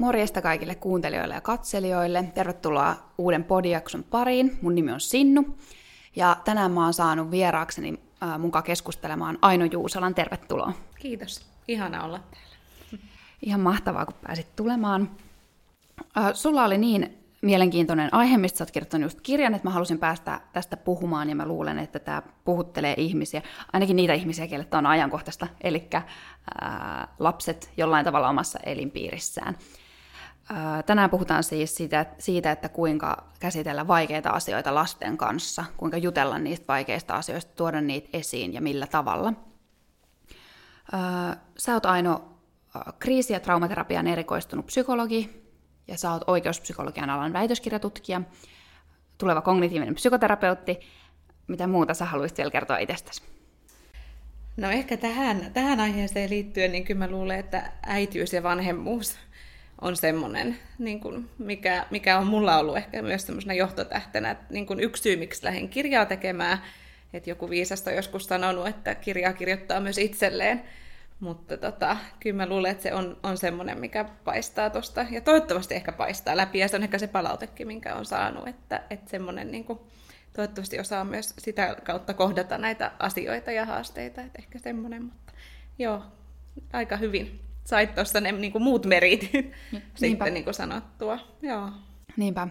Morjesta kaikille kuuntelijoille ja katselijoille. Tervetuloa uuden podijakson pariin. Mun nimi on Sinnu. Ja tänään mä oon saanut vieraakseni mukaan keskustelemaan Aino Juusolan. Tervetuloa. Kiitos. Ihana olla täällä. Ihan mahtavaa, kun pääsit tulemaan. Sulla oli niin mielenkiintoinen aihe, mistä sä oot kirjoittanut just kirjan, että mä halusin päästä tästä puhumaan, ja mä luulen, että tämä puhuttelee ihmisiä, ainakin niitä ihmisiä, joille tämä on ajankohtaista, eli lapset jollain tavalla omassa elinpiirissään. Tänään puhutaan siis siitä, että kuinka käsitellä vaikeita asioita lasten kanssa, kuinka jutella niistä vaikeista asioista, tuoda niitä esiin ja millä tavalla. Sä oot Aino kriisi- ja traumaterapian erikoistunut psykologi, ja sä oot oikeuspsykologian alan väitöskirjatutkija, tuleva kognitiivinen psykoterapeutti. Mitä muuta sä haluaisit vielä kertoa itsestäsi? No ehkä tähän aiheeseen liittyen, niin kyllä mä luulen, että äitiys ja vanhemmuus on semmoinen, niin kuin mikä on mulla ollut ehkä myös semmoisena johtotähtenä, että niin kuin yksi syy, miksi lähdin kirjaa tekemään, että joku viisasta on joskus sanonut, että kirjaa kirjoittaa myös itselleen, mutta kyllä mä luulen, että se on semmoinen, mikä paistaa tuosta, ja toivottavasti ehkä paistaa läpi, ja se on ehkä se palautekin, minkä on saanut, että semmoinen, niin kuin, toivottavasti osaa myös sitä kautta kohdata näitä asioita ja haasteita, että ehkä semmoinen, mutta joo, aika hyvin sait tuossa ne niin kuin muut meritit sitten niin kuin sanottua. Joo. Niinpä.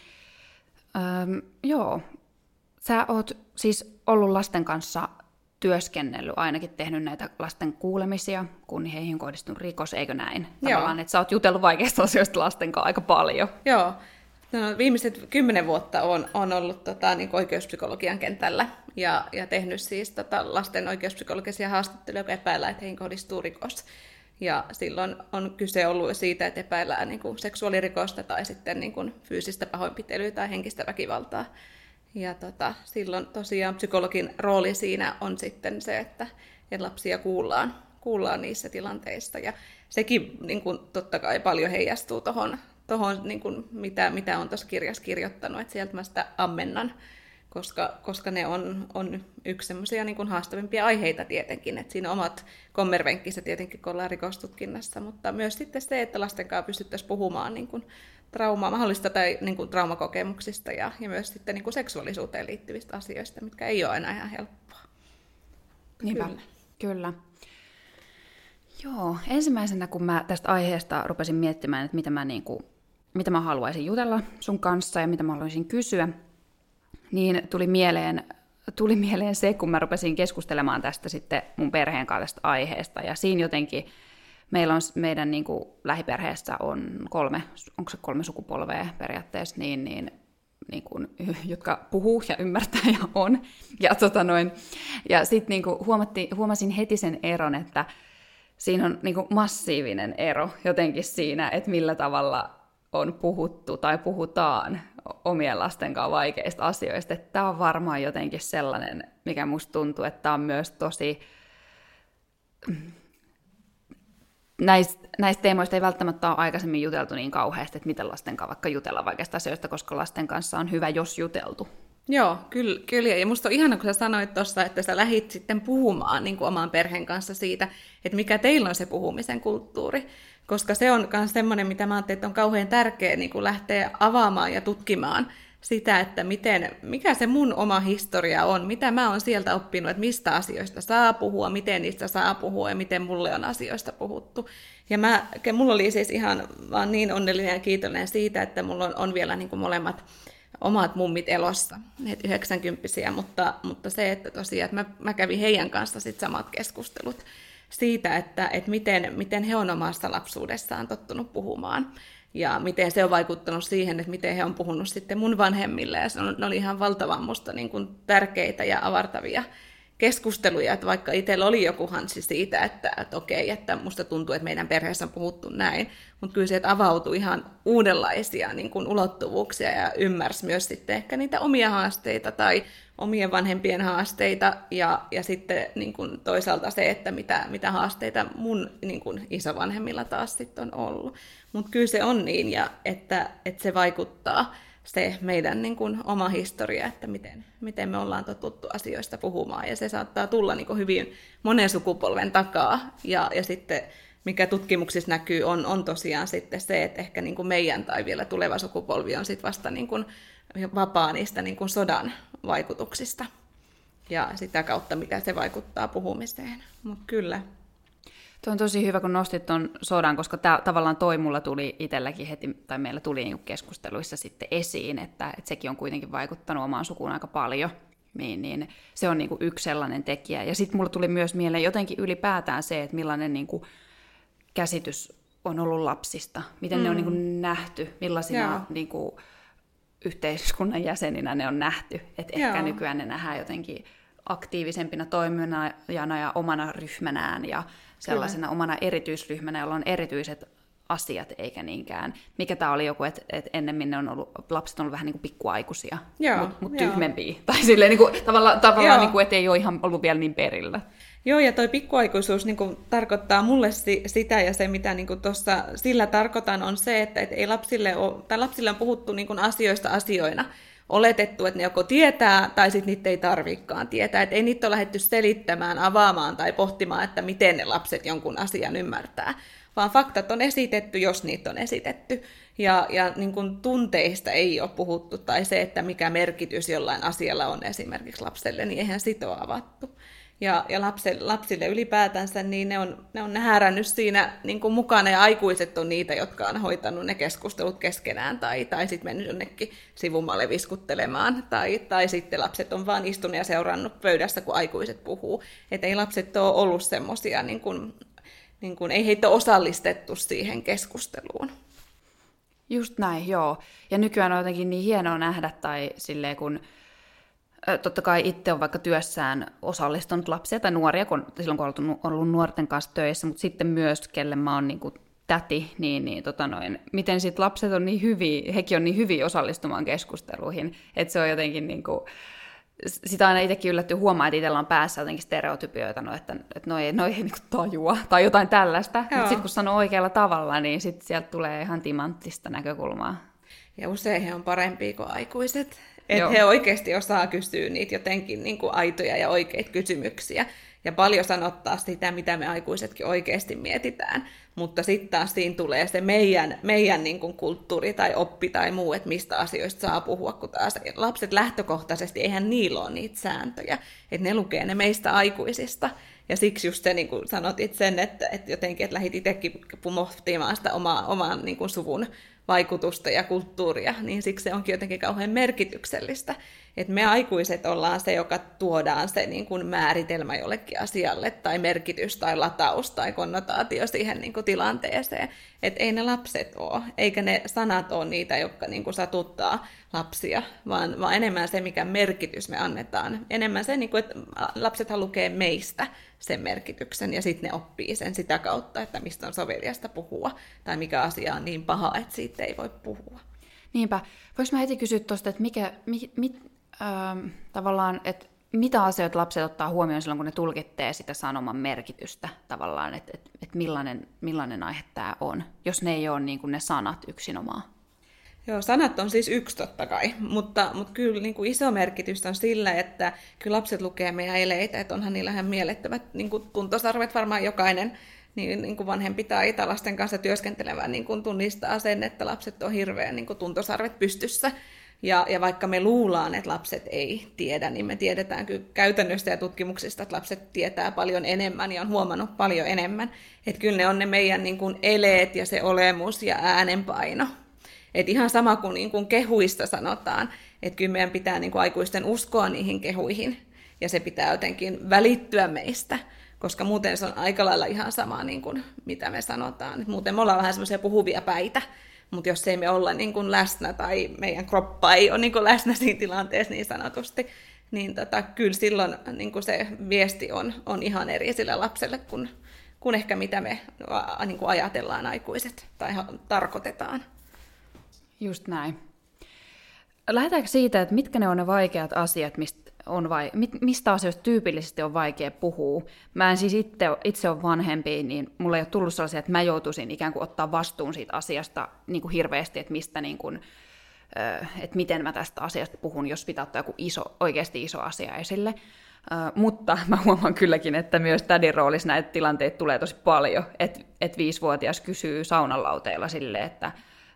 Joo. Sä oot siis ollut lasten kanssa työskennellyt, ainakin tehnyt näitä lasten kuulemisia, kun heihin kohdistunut rikos, eikö näin? Tavallaan, että sä oot jutellut vaikeista asioista lasten kanssa aika paljon. Joo. No, viimeiset 10 vuotta on ollut niin kuin oikeuspsykologian kentällä ja tehnyt siis lasten oikeuspsykologisia haastatteluja, joka epäillään, että heihin kohdistuu rikos. Ja silloin on kyse ollut siitä, että epäillään niin kuin seksuaalirikosta tai sitten niin kuin fyysistä pahoinpitelyä tai henkistä väkivaltaa. Ja silloin tosiaan psykologin rooli siinä on sitten se, että lapsia kuullaan niissä tilanteissa. Ja sekin niin kuin, totta kai paljon heijastuu tuohon niin kuin, mitä on tuossa kirjassa kirjoittanut, että sieltä mä sitä ammennan, koska ne on yksi semmoisia niin kuin haastavimpia aiheita tietenkin, että siinä omat kommervenkkinsä tietenkin, kun ollaan rikostutkinnassa, mutta myös sitten se, että lasten kanssa pystyttäisiin puhumaan niin kuin mahdollista tai niin kuin traumakokemuksista ja myös sitten niin kuin seksuaalisuuteen liittyvistä asioista, mitkä ei ole aina ihan helppoa. Niinpä, kyllä. Joo, ensimmäisenä kun mä tästä aiheesta rupesin miettimään, että mitä mä haluaisin jutella sun kanssa ja mitä mä haluaisin kysyä, niin tuli mieleen se, kun mä rupesin keskustelemaan tästä sitten mun perheen kanssa tästä aiheesta. Ja siinä jotenkin meidän niin kuin lähiperheessä on kolme sukupolvea periaatteessa, niin kuin, jotka puhuu ja ymmärtää ja on. Ja sitten niin kuin huomasin heti sen eron, että siinä on niin kuin massiivinen ero jotenkin siinä, että millä tavalla on puhuttu tai puhutaan omien lasten kanssa vaikeista asioista. Tämä on varmaan jotenkin sellainen, mikä musta tuntuu, että tämä on myös tosi... Näistä teemoista ei välttämättä ole aikaisemmin juteltu niin kauheasti, että miten lasten kanssa vaikka jutella vaikeista asioista, koska lasten kanssa on hyvä, jos juteltu. Joo, kyllä. Ja musta on ihana, kun sä sanoit tuossa, että sä lähdit sitten puhumaan niin kuin oman perheen kanssa siitä, että mikä teillä on se puhumisen kulttuuri. Koska se on myös semmoinen, mitä mä ajattelin, että on kauhean tärkeää niin kuin lähteä avaamaan ja tutkimaan sitä, että mikä se mun oma historia on, mitä mä oon sieltä oppinut, että mistä asioista saa puhua, miten niistä saa puhua ja miten mulle on asioista puhuttu. Ja mulla oli siis ihan vaan niin onnellinen ja kiitollinen siitä, että mulla on vielä niin kuin molemmat omat mummit elossa, 90-vuotiaita, mutta se, että tosiaan että mä kävin heidän kanssa sit samat keskustelut siitä, että miten he on omasta lapsuudessaan tottunut puhumaan ja miten se on vaikuttanut siihen, että miten he on puhunut sitten mun vanhemmille. Ja ne oli ihan valtavan musta niin kuin tärkeitä ja avartavia keskusteluja, että vaikka itsellä oli joku hanssi siitä, että okei, että musta tuntuu, että meidän perheessä on puhuttu näin, mutta kyllä se avautui ihan uudenlaisia niin kuin ulottuvuuksia ja ymmärsi myös sitten ehkä niitä omia haasteita tai omien vanhempien haasteita ja sitten niin kuin toisaalta se, että mitä haasteita mun niin kuin isovanhemmilla taas sitten on ollut. Mutta kyllä se on niin, ja että se vaikuttaa se meidän niin kuin oma historia, että miten me ollaan totuttu asioista puhumaan, ja se saattaa tulla niin kuin hyvin monen sukupolven takaa, ja sitten mikä tutkimuksissa näkyy, on tosiaan sitten se, että ehkä niin kuin meidän tai vielä tuleva sukupolvi on sitten vasta niin kuin vapaa niistä niin kuin sodan vaikutuksista ja sitä kautta, mitä se vaikuttaa puhumiseen. Mutta kyllä. Tuo on tosi hyvä, kun nostit tuon sodan, koska tavallaan mulla tuli itselläkin heti, tai meillä tuli niin keskusteluissa sitten esiin, että sekin on kuitenkin vaikuttanut omaan sukuun aika paljon. Niin se on niin kuin yksi sellainen tekijä. Ja sitten mulla tuli myös mieleen jotenkin ylipäätään se, että millainen niin kuin käsitys on ollut lapsista, miten ne on niin kuin nähty, millaisina niin kuin yhteiskunnan jäseninä ne on nähty. Että ehkä nykyään ne nähdään jotenkin aktiivisempina toimijana ja omana ryhmänään ja sellaisena omana erityisryhmänä, jolla on erityiset asiat, eikä niinkään. Mikä tämä oli joku, että ennemmin ne on ollut, lapset on ollut vähän niin kuin pikkuaikuisia, mutta tyhmempiä. Tai silleen niin kuin, tavallaan niin kuin, että ei ole ihan ollut vielä niin perillä. Joo, ja toi pikkuaikuisuus niin kuin tarkoittaa mulle sitä, ja se mitä niin kuin tuossa sillä tarkoitan on se, että ei lapsille on puhuttu niin kuin asioista asioina. Oletettu, että ne joko tietää, tai sitten niitä ei tarvikaan tietää. Että ei niitä ole lähdetty selittämään, avaamaan tai pohtimaan, että miten ne lapset jonkun asian ymmärtää. Vaan faktat on esitetty, jos niitä on esitetty. Ja niin kuin tunteista ei ole puhuttu, tai se, että mikä merkitys jollain asialla on esimerkiksi lapselle, niin eihän sitä ole avattu. Ja lapsille ylipäätänsä, niin ne on häärännyt siinä niin kuin mukana, ja aikuiset on niitä, jotka on hoitanut ne keskustelut keskenään, tai sitten mennyt jonnekin sivumalle viskuttelemaan, tai sitten lapset on vaan istunut ja seurannut pöydässä, kun aikuiset puhuu. Että ei lapset ole ollut semmoisia, niin kuin, ei heitä ole osallistettu siihen keskusteluun. Just näin, joo. Ja nykyään on jotenkin niin hienoa nähdä, tai silleen kun totta kai itse on vaikka työssään osallistunut lapsia tai nuoria, silloin kun on ollut nuorten kanssa töissä, mutta sitten myös, kelle mä oon niin kuin täti, miten sitten lapset on niin hyviä, hekin on niin hyviä osallistumaan keskusteluihin, että se on jotenkin niin kuin, sitä aina itsekin yllättyy huomaa, että itsellä on päässä jotenkin stereotypioita, että noi ei niin kuin tajua tai jotain tällaista, mutta sitten kun sanoo oikealla tavalla, niin sitten sieltä tulee ihan timanttista näkökulmaa. Ja usein he on parempia kuin aikuiset. Että he oikeasti osaa kysyä niitä jotenkin niin kuin aitoja ja oikeita kysymyksiä. Ja paljon sanottaa sitä, mitä me aikuisetkin oikeasti mietitään. Mutta sitten taas siinä tulee se meidän niin kuin kulttuuri tai oppi tai muu, että mistä asioista saa puhua. Kun taas lapset lähtökohtaisesti, eihän niillä ole niitä sääntöjä. Että ne lukee ne meistä aikuisista. Ja siksi just se, niin kuin sanotit sen, että jotenkin että lähdit itsekin pohtimaan sitä oman niin kuin suvun vaikutusta ja kulttuuria, niin siksi se onkin jotenkin kauhean merkityksellistä. Että me aikuiset ollaan se, joka tuodaan se niin kuin määritelmä jollekin asialle, tai merkitys, tai lataus, tai konnotaatio siihen niin kuin tilanteeseen. Että ei ne lapset ole, eikä ne sanat ole niitä, jotka niin kuin satuttaa lapsia, vaan enemmän se, mikä merkitys me annetaan. Enemmän se, niin kuin, että lapsethan lukee meistä sen merkityksen, ja sitten ne oppii sen sitä kautta, että mistä on soveliasta puhua, tai mikä asia on niin paha, että siitä ei voi puhua. Niinpä. Vois mä heti kysyä tuosta, että tavallaan, että mitä asioita lapset ottaa huomioon silloin, kun ne tulkitsee sitä sanoman merkitystä tavallaan, että millainen aihe tämä on, jos ne ei ole niin kuin ne sanat yksinomaan. Joo, sanat on siis yksi totta kai, mutta kyllä niin kuin iso merkitys on sillä, että kyllä lapset lukee meidän eleitä, että onhan niillä ihan mielettömät niin kuin tuntosarvet, varmaan jokainen niin kuin vanhempi tai lasten kanssa työskentelevä niin kuin tunnistaa sen, että lapset on hirveän niin kuin tuntosarvet pystyssä. Ja vaikka me luullaan, että lapset ei tiedä, niin me tiedetään kyllä käytännössä ja tutkimuksista, että lapset tietää paljon enemmän ja on huomannut paljon enemmän. Että kyllä ne on ne meidän niin kuin eleet ja se olemus ja äänenpaino. Että ihan sama kuin, niin kuin kehuista sanotaan, että kyllä meidän pitää niin kuin aikuisten uskoa niihin kehuihin ja se pitää jotenkin välittyä meistä, koska muuten se on aika lailla ihan sama, niin kuin, mitä me sanotaan. Et muuten me ollaan vähän semmoisia puhuvia päitä, mutta jos ei me olla niin kuin läsnä tai meidän kroppa ei ole niin kuin läsnä siinä tilanteessa niin sanotusti, niin kyllä silloin niin kuin se viesti on ihan eri sille lapselle kuin ehkä mitä me niin kuin ajatellaan aikuiset tai tarkoitetaan. Just näin. Lähdetäänkö siitä, että mitkä ne on ne vaikeat asiat, mistä asioista tyypillisesti on vaikea puhua? Mä en siis itse ole vanhempi, niin mulla ei ole tullut sellaisia, että mä joutuisin ikään kuin ottaa vastuun siitä asiasta niin kuin hirveästi, että että miten mä tästä asiasta puhun, jos pitää ottaa joku oikeasti iso asia esille. Mutta mä huomaan kylläkin, että myös tädin roolissa näitä tilanteita tulee tosi paljon, että 5-vuotias kysyy saunanlauteilla silleen, että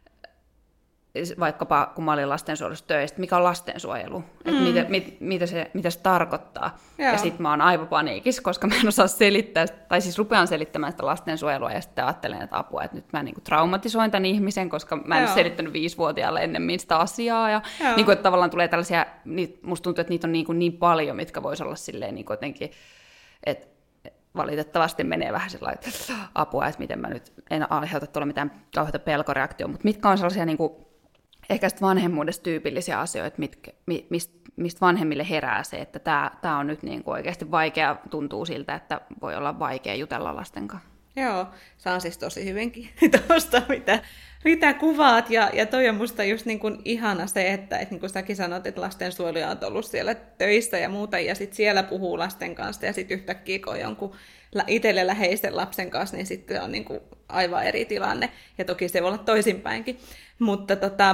vaikkapa kun mä olin lastensuojelussa töistä, mikä on lastensuojelu, että mitä se tarkoittaa. Joo. Ja sitten mä oon aivan paniikissa, koska mä en osaa selittää, tai siis rupean selittämään sitä lastensuojelua ja sitten ajattelen, että apua, että nyt mä niinku traumatisoin tämän ihmisen, koska mä en ole selittänyt 5-vuotiaalle ennemmin sitä asiaa. Ja niinku, että tavallaan tulee tällaisia, musta tuntuu, että niitä on niin paljon, mitkä vois olla silleen niin jotenkin, että valitettavasti menee vähän sellainen apua, että miten mä nyt en aiheuta tuolla mitään kauheata pelkoreaktioa, mutta mitkä on sellaisia niinku, ehkä sitten vanhemmuudessa tyypillisiä asioita, mistä vanhemmille herää se, että tämä on nyt niinku oikeasti vaikea, tuntuu siltä, että voi olla vaikea jutella lasten kanssa. Joo, saan siis tosi hyvinkin tuosta, mitä kuvaat, ja toi on musta just niin kuin ihana se, että niin kuin säkin sanot, että lastensuojelija on ollut siellä töissä ja muuta, ja sitten siellä puhuu lasten kanssa, ja sitten yhtäkkiä kun on jonkun itselle läheisen lapsen kanssa, niin sitten on niin kuin aivan eri tilanne, ja toki se voi olla toisinpäinkin. Mutta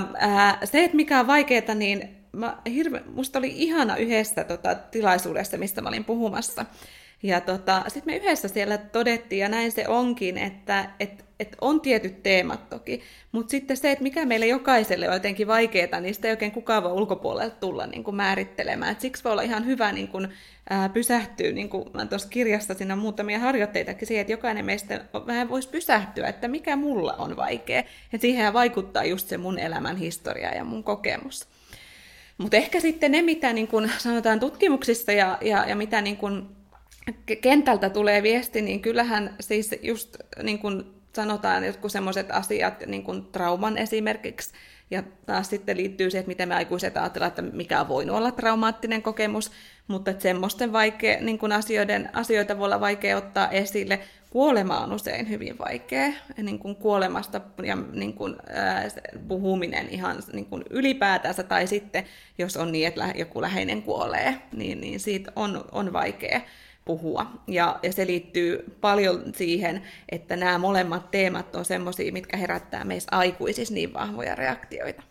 se, että mikä on vaikeaa, niin musta oli ihana yhdessä tilaisuudessa, mistä mä olin puhumassa. Ja sitten me yhdessä siellä todettiin, ja näin se onkin, että on tietyt teemat toki, mutta sitten se, että mikä meille jokaiselle on jotenkin vaikeaa, niin sitä ei oikein kukaan voi ulkopuolelta tulla niin kuin määrittelemään. Et siksi voi olla ihan hyvä niin kuin, pysähtyä, niin kuin mä tuossa kirjassa siinä on muutamia harjoitteitakin siihen, että jokainen meistä vähän voisi pysähtyä, että mikä mulla on vaikea. Että siihen vaikuttaa just se mun elämän historia ja mun kokemus. Mutta ehkä sitten ne, mitä niin kuin sanotaan tutkimuksissa ja mitä niin kuin kentältä tulee viesti, niin kyllähän siis just niin kuin sanotaan jotkut semmoiset asiat, niin kuin trauman esimerkiksi, ja taas sitten liittyy siihen, että miten me aikuiset ajatellaan, että mikä on voinut olla traumaattinen kokemus, mutta että semmoisten niin kuin asioita voi olla vaikea ottaa esille. Kuolema on usein hyvin vaikea, niin kuin kuolemasta ja niin kuin, puhuminen ihan niin kuin ylipäätänsä, tai sitten jos on niin, että joku läheinen kuolee, niin siitä on vaikea puhua. Ja se liittyy paljon siihen, että nämä molemmat teemat on semmoisia, mitkä herättää meissä aikuisissa niin vahvoja reaktioita.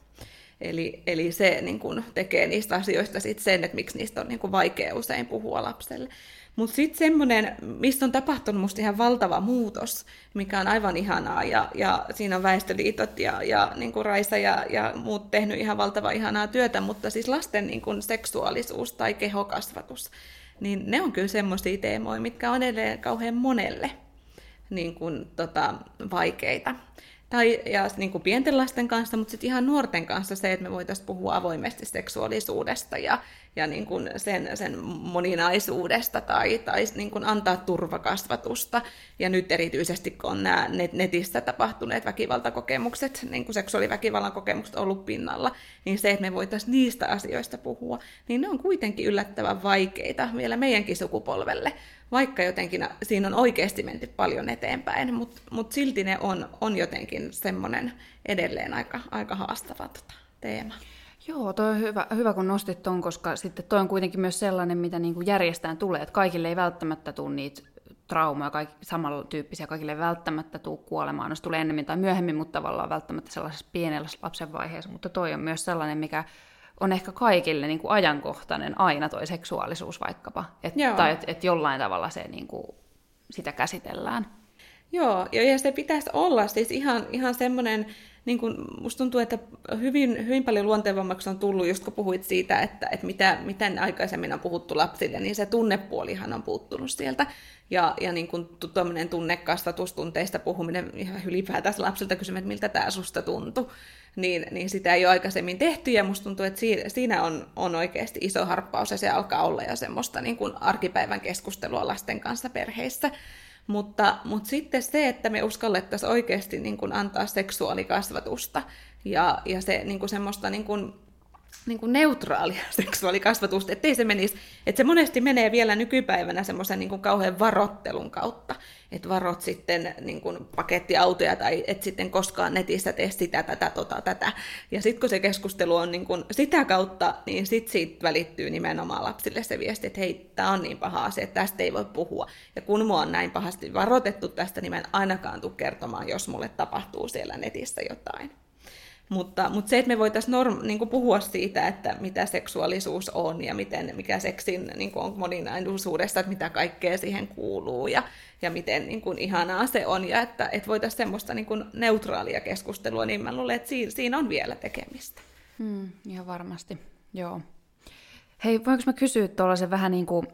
Eli se niin kun tekee niistä asioista sit sen, että miksi niistä on niin kun vaikea usein puhua lapselle. Mutta sitten semmoinen, mistä on tapahtunut musta ihan valtava muutos, mikä on aivan ihanaa, ja siinä on Väestöliitot ja niin kuin Raisa ja muut tehnyt ihan valtava ihanaa työtä, mutta siis lasten niin kuin seksuaalisuus tai kehokasvatus, niin ne on kyllä semmoisia teemoja, mitkä on edelleen kauhean monelle niin kuin, vaikeita. Ja niin kuin pienten lasten kanssa, mutta sitten ihan nuorten kanssa se, että me voitaisiin puhua avoimesti seksuaalisuudesta ja niin kuin sen moninaisuudesta tai niin kuin antaa turvakasvatusta. Ja nyt erityisesti, kun on nämä netissä tapahtuneet väkivaltakokemukset, niin kuin seksuaaliväkivallan kokemukset ollut pinnalla, niin se, että me voitaisiin niistä asioista puhua, niin ne on kuitenkin yllättävän vaikeita vielä meidänkin sukupolvelle. Vaikka jotenkin siinä on oikeasti menty paljon eteenpäin, mutta silti ne on jotenkin semmoinen edelleen aika haastava teema. Joo, toi on hyvä kun nostit ton, koska sitten toi on kuitenkin myös sellainen, mitä niin kuin järjestään tulee, että kaikille ei välttämättä tule niitä traumoja, samantyyppisiä, kaikille ei välttämättä tule kuolemaan, jos tulee ennemmin tai myöhemmin, mutta tavallaan välttämättä sellaisessa pienellä lapsen vaiheessa, mutta toi on myös sellainen, mikä on ehkä kaikille niin kuin ajankohtainen aina toi seksuaalisuus vaikkapa, tai että jollain tavalla se, niin kuin, sitä käsitellään. Joo, ja se pitäisi olla siis ihan semmoinen, niin kuin musta tuntuu, että hyvin, hyvin paljon luontevammaksi on tullut, just kun puhuit siitä, että miten aikaisemmin on puhuttu lapsille, niin se tunnepuolihan on puuttunut sieltä. Ja niin kuin tuommoinen tunnekasvatustunteista puhuminen, ihan ylipäätään lapsilta kysymään, että miltä tämä susta tuntui, niin sitä ei ole aikaisemmin tehty, ja musta tuntuu, että siinä on oikeasti iso harppaus, ja se alkaa olla jo semmoista niin kuin arkipäivän keskustelua lasten kanssa perheissä. Mutta sitten se, että me uskallettaisiin oikeasti niin kuin antaa seksuaalikasvatusta ja se niin kuin semmoista niin kuin neutraalia seksuaalikasvatusta, ettei se menisi, että se monesti menee vielä nykypäivänä semmoisen niin kuin kauhean varottelun kautta, että varot sitten niin kuin pakettiautoja tai et sitten koskaan netissä tee sitä, tätä. Ja sitten kun se keskustelu on niin kuin sitä kautta, niin sitten siitä välittyy nimenomaan lapsille se viesti, että hei, tämä on niin paha asia, että tästä ei voi puhua. Ja kun mua on näin pahasti varoitettu tästä, niin mä en ainakaan tule kertomaan, jos mulle tapahtuu siellä netissä jotain. Mutta se, että me voitaisiin niin puhua siitä, että mitä seksuaalisuus on ja mikä seksin niin on moninaisuudesta, että mitä kaikkea siihen kuuluu ja miten niin ihanaa se on, ja että voitaisiin semmoista niin neutraalia keskustelua, niin mä luulen, että siinä on vielä tekemistä. Ihan varmasti, joo. Hei, voinko mä kysyä tuollaisen vähän niin kuin,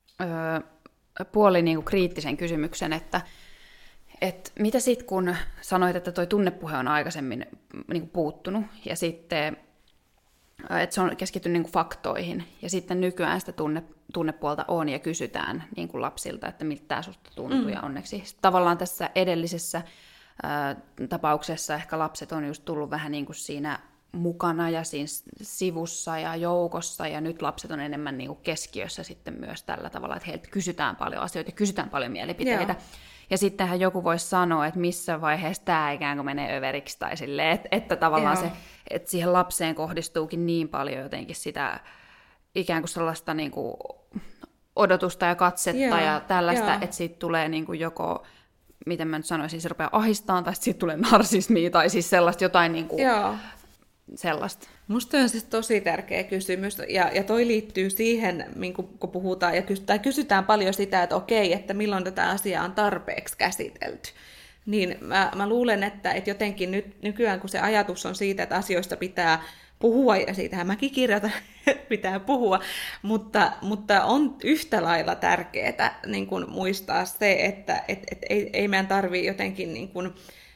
puoli niin kuin kriittisen kysymyksen, että mitä sitten kun sanoit, että toi tunnepuhe on aikaisemmin niin kuin puuttunut, ja sitten että se on keskittynyt niin kuin faktoihin, ja sitten nykyään sitä tunnepuolta on, ja kysytään niin kuin lapsilta, että miltä tämä susta tuntuu, ja onneksi tavallaan tässä edellisessä tapauksessa ehkä lapset on just tullut vähän niin kuin siinä mukana ja siinä sivussa ja joukossa, ja nyt lapset on enemmän niin kuin keskiössä sitten myös tällä tavalla, että heiltä kysytään paljon asioita ja kysytään paljon mielipiteitä. Joo. Ja sittenhän joku voisi sanoa, että missä vaiheessa tämä ikään kuin menee överiksi, tai silleen, että tavallaan se, että siihen lapseen kohdistuukin niin paljon jotenkin sitä ikään kuin sellaista niin kuin odotusta ja katsetta ja tällaista, että siitä tulee niin kuin joko, miten mä nyt sanoisin, se rupeaa ahistamaan, tai siitä tulee narsismia, tai siis sellaista jotain niin kuin sellaista. Musta on siis tosi tärkeä kysymys, ja toi liittyy siihen, kun puhutaan ja kysytään paljon sitä, että okei, että milloin tätä asiaa on tarpeeksi käsitelty. Niin mä luulen, että jotenkin nykyään, kun se ajatus on siitä, että asioista pitää puhua, ja siitähän mäkin kirjoitan, että pitää puhua, mutta on yhtä lailla tärkeää niin kun muistaa se, että ei meidän tarvitse jotenkin niin kun,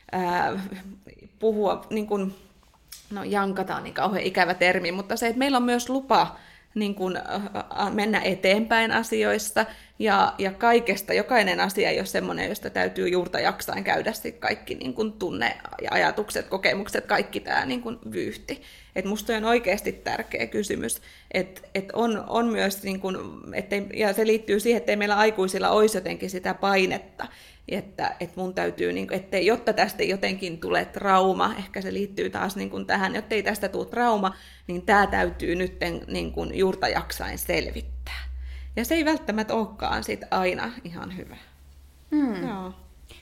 puhua, niin kun, no jankata on niin kauhean ikävä termi, mutta se, että meillä on myös lupa niin kun, mennä eteenpäin asioissa, ja kaikesta, jokainen asia ei ole semmoinen, josta täytyy juurta jaksain käydä kaikki niin kun tunne ja ajatukset, kokemukset, kaikki tämä niin kun vyyhti. Et musta on oikeasti tärkeä kysymys, että on myös, niin kun, ja se liittyy siihen, että ei meillä aikuisilla olisi jotenkin sitä painetta, että mun täytyy, niin kun, jotta tästä jotenkin tulee trauma, ehkä se liittyy taas niin kun tähän, jotta ei tästä tule trauma, niin tämä täytyy nyt niin kun juurta jaksain selvittää. Ja se ei välttämättä olekaan sit aina ihan hyvä. Joo.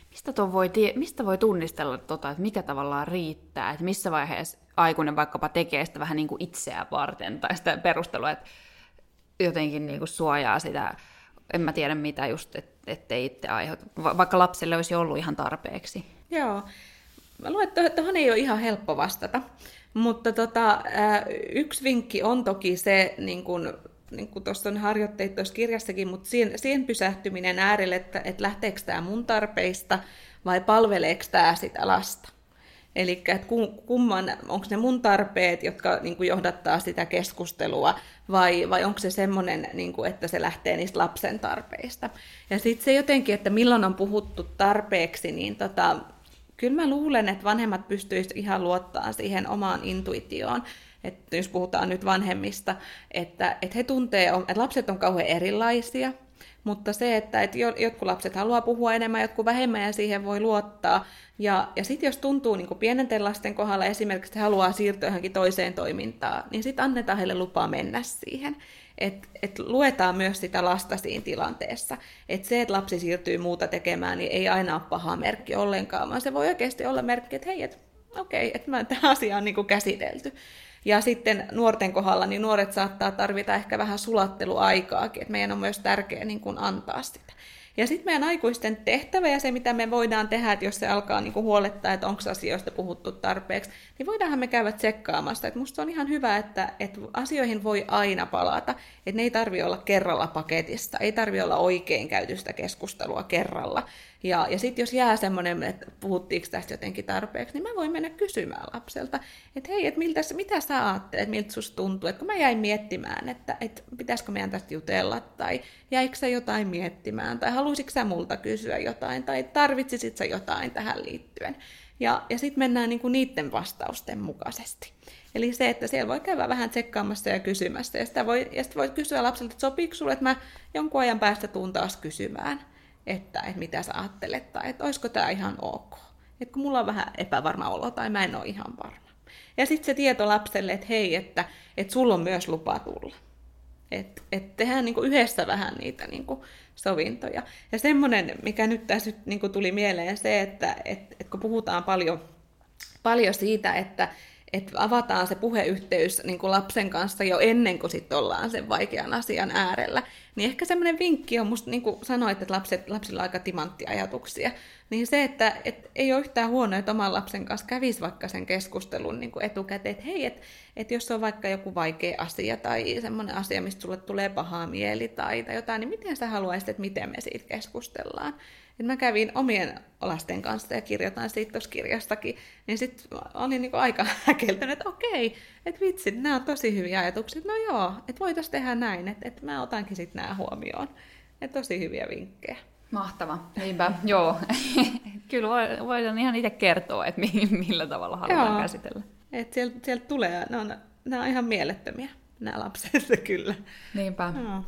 Mistä voi tunnistella, että mikä tavallaan riittää, että missä vaiheessa aikuinen vaikkapa tekee sitä vähän niin kuin itseään varten, tai sitä perustelua, että jotenkin niin kuin suojaa sitä, en mä tiedä mitä just, ettei itse aiheuta, vaikka lapselle olisi ollut ihan tarpeeksi. Joo, mä luulen, että tuohon ei ole ihan helppo vastata, mutta yksi vinkki on toki se, niin kuin tuossa on harjoitteet tuossa kirjassakin, mutta siihen pysähtyminen äärelle, että lähteekö tämä mun tarpeista vai palveleeko tämä sitä lasta. Eli onko ne mun tarpeet, jotka niin kuin johdattaa sitä keskustelua, vai onko se semmoinen, niin kuin, että se lähtee niistä lapsen tarpeista. Ja sitten se jotenkin, että milloin on puhuttu tarpeeksi, niin kyllä mä luulen, että vanhemmat pystyisivät ihan luottamaan siihen omaan intuitioon. Että jos puhutaan nyt vanhemmista, että he tuntee, että lapset on kauhean erilaisia, mutta se, että jotkut lapset haluaa puhua enemmän, jotkut vähemmän ja siihen voi luottaa. Ja sitten jos tuntuu niin kuin pienenten lasten kohdalla esimerkiksi, että he haluaa siirtyä johonkin toiseen toimintaan, niin sitten annetaan heille lupaa mennä siihen. Että luetaan myös sitä lasta siinä tilanteessa. Että se, että lapsi siirtyy muuta tekemään, niin ei aina ole paha merkki ollenkaan, vaan se voi oikeasti olla merkki, että hei, että tämä asia on niin kuin käsitelty. Ja sitten nuorten kohdalla, niin nuoret saattaa tarvita ehkä vähän sulatteluaikaakin, että meidän on myös tärkeää niin kuin antaa sitä. Ja sitten meidän aikuisten tehtävä ja se, mitä me voidaan tehdä, että jos se alkaa niin kuin huolettaa, että onko asioista puhuttu tarpeeksi, niin voidaanhan me käydä tsekkaamassa. Että musta on ihan hyvä, että asioihin voi aina palata, että ne ei tarvitse olla kerralla paketista, ei tarvitse olla oikein käytystä keskustelua kerralla. Ja sitten jos jää semmoinen, että puhuttiinko tästä jotenkin tarpeeksi, niin mä voin mennä kysymään lapselta, että hei, että mitä sä ajattelet, miltä susta tuntuu, että kun mä jäin miettimään, että pitäisikö meidän tästä jutella, tai jäikö sä jotain miettimään, tai haluaisitko sä multa kysyä jotain, tai tarvitsisit sä jotain tähän liittyen. Ja sitten mennään niinku niiden vastausten mukaisesti. Eli se, että siellä voi käydä vähän tsekkaamassa ja kysymässä, ja sitten voi kysyä lapselta, että sopiiko sulle, että mä jonkun ajan päästä tuun taas kysymään. Että mitä sä ajattelet, tai että olisiko tämä ihan ok. Että kun mulla on vähän epävarma olo, tai mä en ole ihan varma. Ja sitten se tieto lapselle, että hei, että sulla on myös lupa tulla. Että tehdään niinku yhdessä vähän niitä niinku sovintoja. Ja semmoinen, mikä nyt tässä niinku tuli mieleen, se, että kun puhutaan paljon siitä, että että avataan se puheyhteys niin kuin lapsen kanssa jo ennen kuin sitten ollaan sen vaikean asian äärellä. Niin ehkä semmoinen vinkki on, musta niin kuin sanoit, että lapsilla on aika timanttia ajatuksia, niin se, että ei ole yhtään huonoa, että oman lapsen kanssa kävisi vaikka sen keskustelun niin kuin etukäteen, että hei, että jos on vaikka joku vaikea asia tai semmoinen asia, mistä sulle tulee paha mieli tai jotain, niin miten sä haluaisit, että miten me siitä keskustellaan? Et mä kävin omien lasten kanssa ja kirjoitan siitä tuossa kirjastakin, niin sitten olin niin kuin aika häkeltynyt, että okei, että vitsit, nämä on tosi hyviä ajatuksia. No joo, että voitaisiin tehdä näin, että mä otankin sitten nämä huomioon. Että tosi hyviä vinkkejä. Mahtava, niinpä, joo. Kyllä voidaan ihan itse kertoa, että millä tavalla halutaan käsitellä. Että sieltä tulee, nämä on ihan mielettömiä, nämä lapset, kyllä. Niinpä. Joo.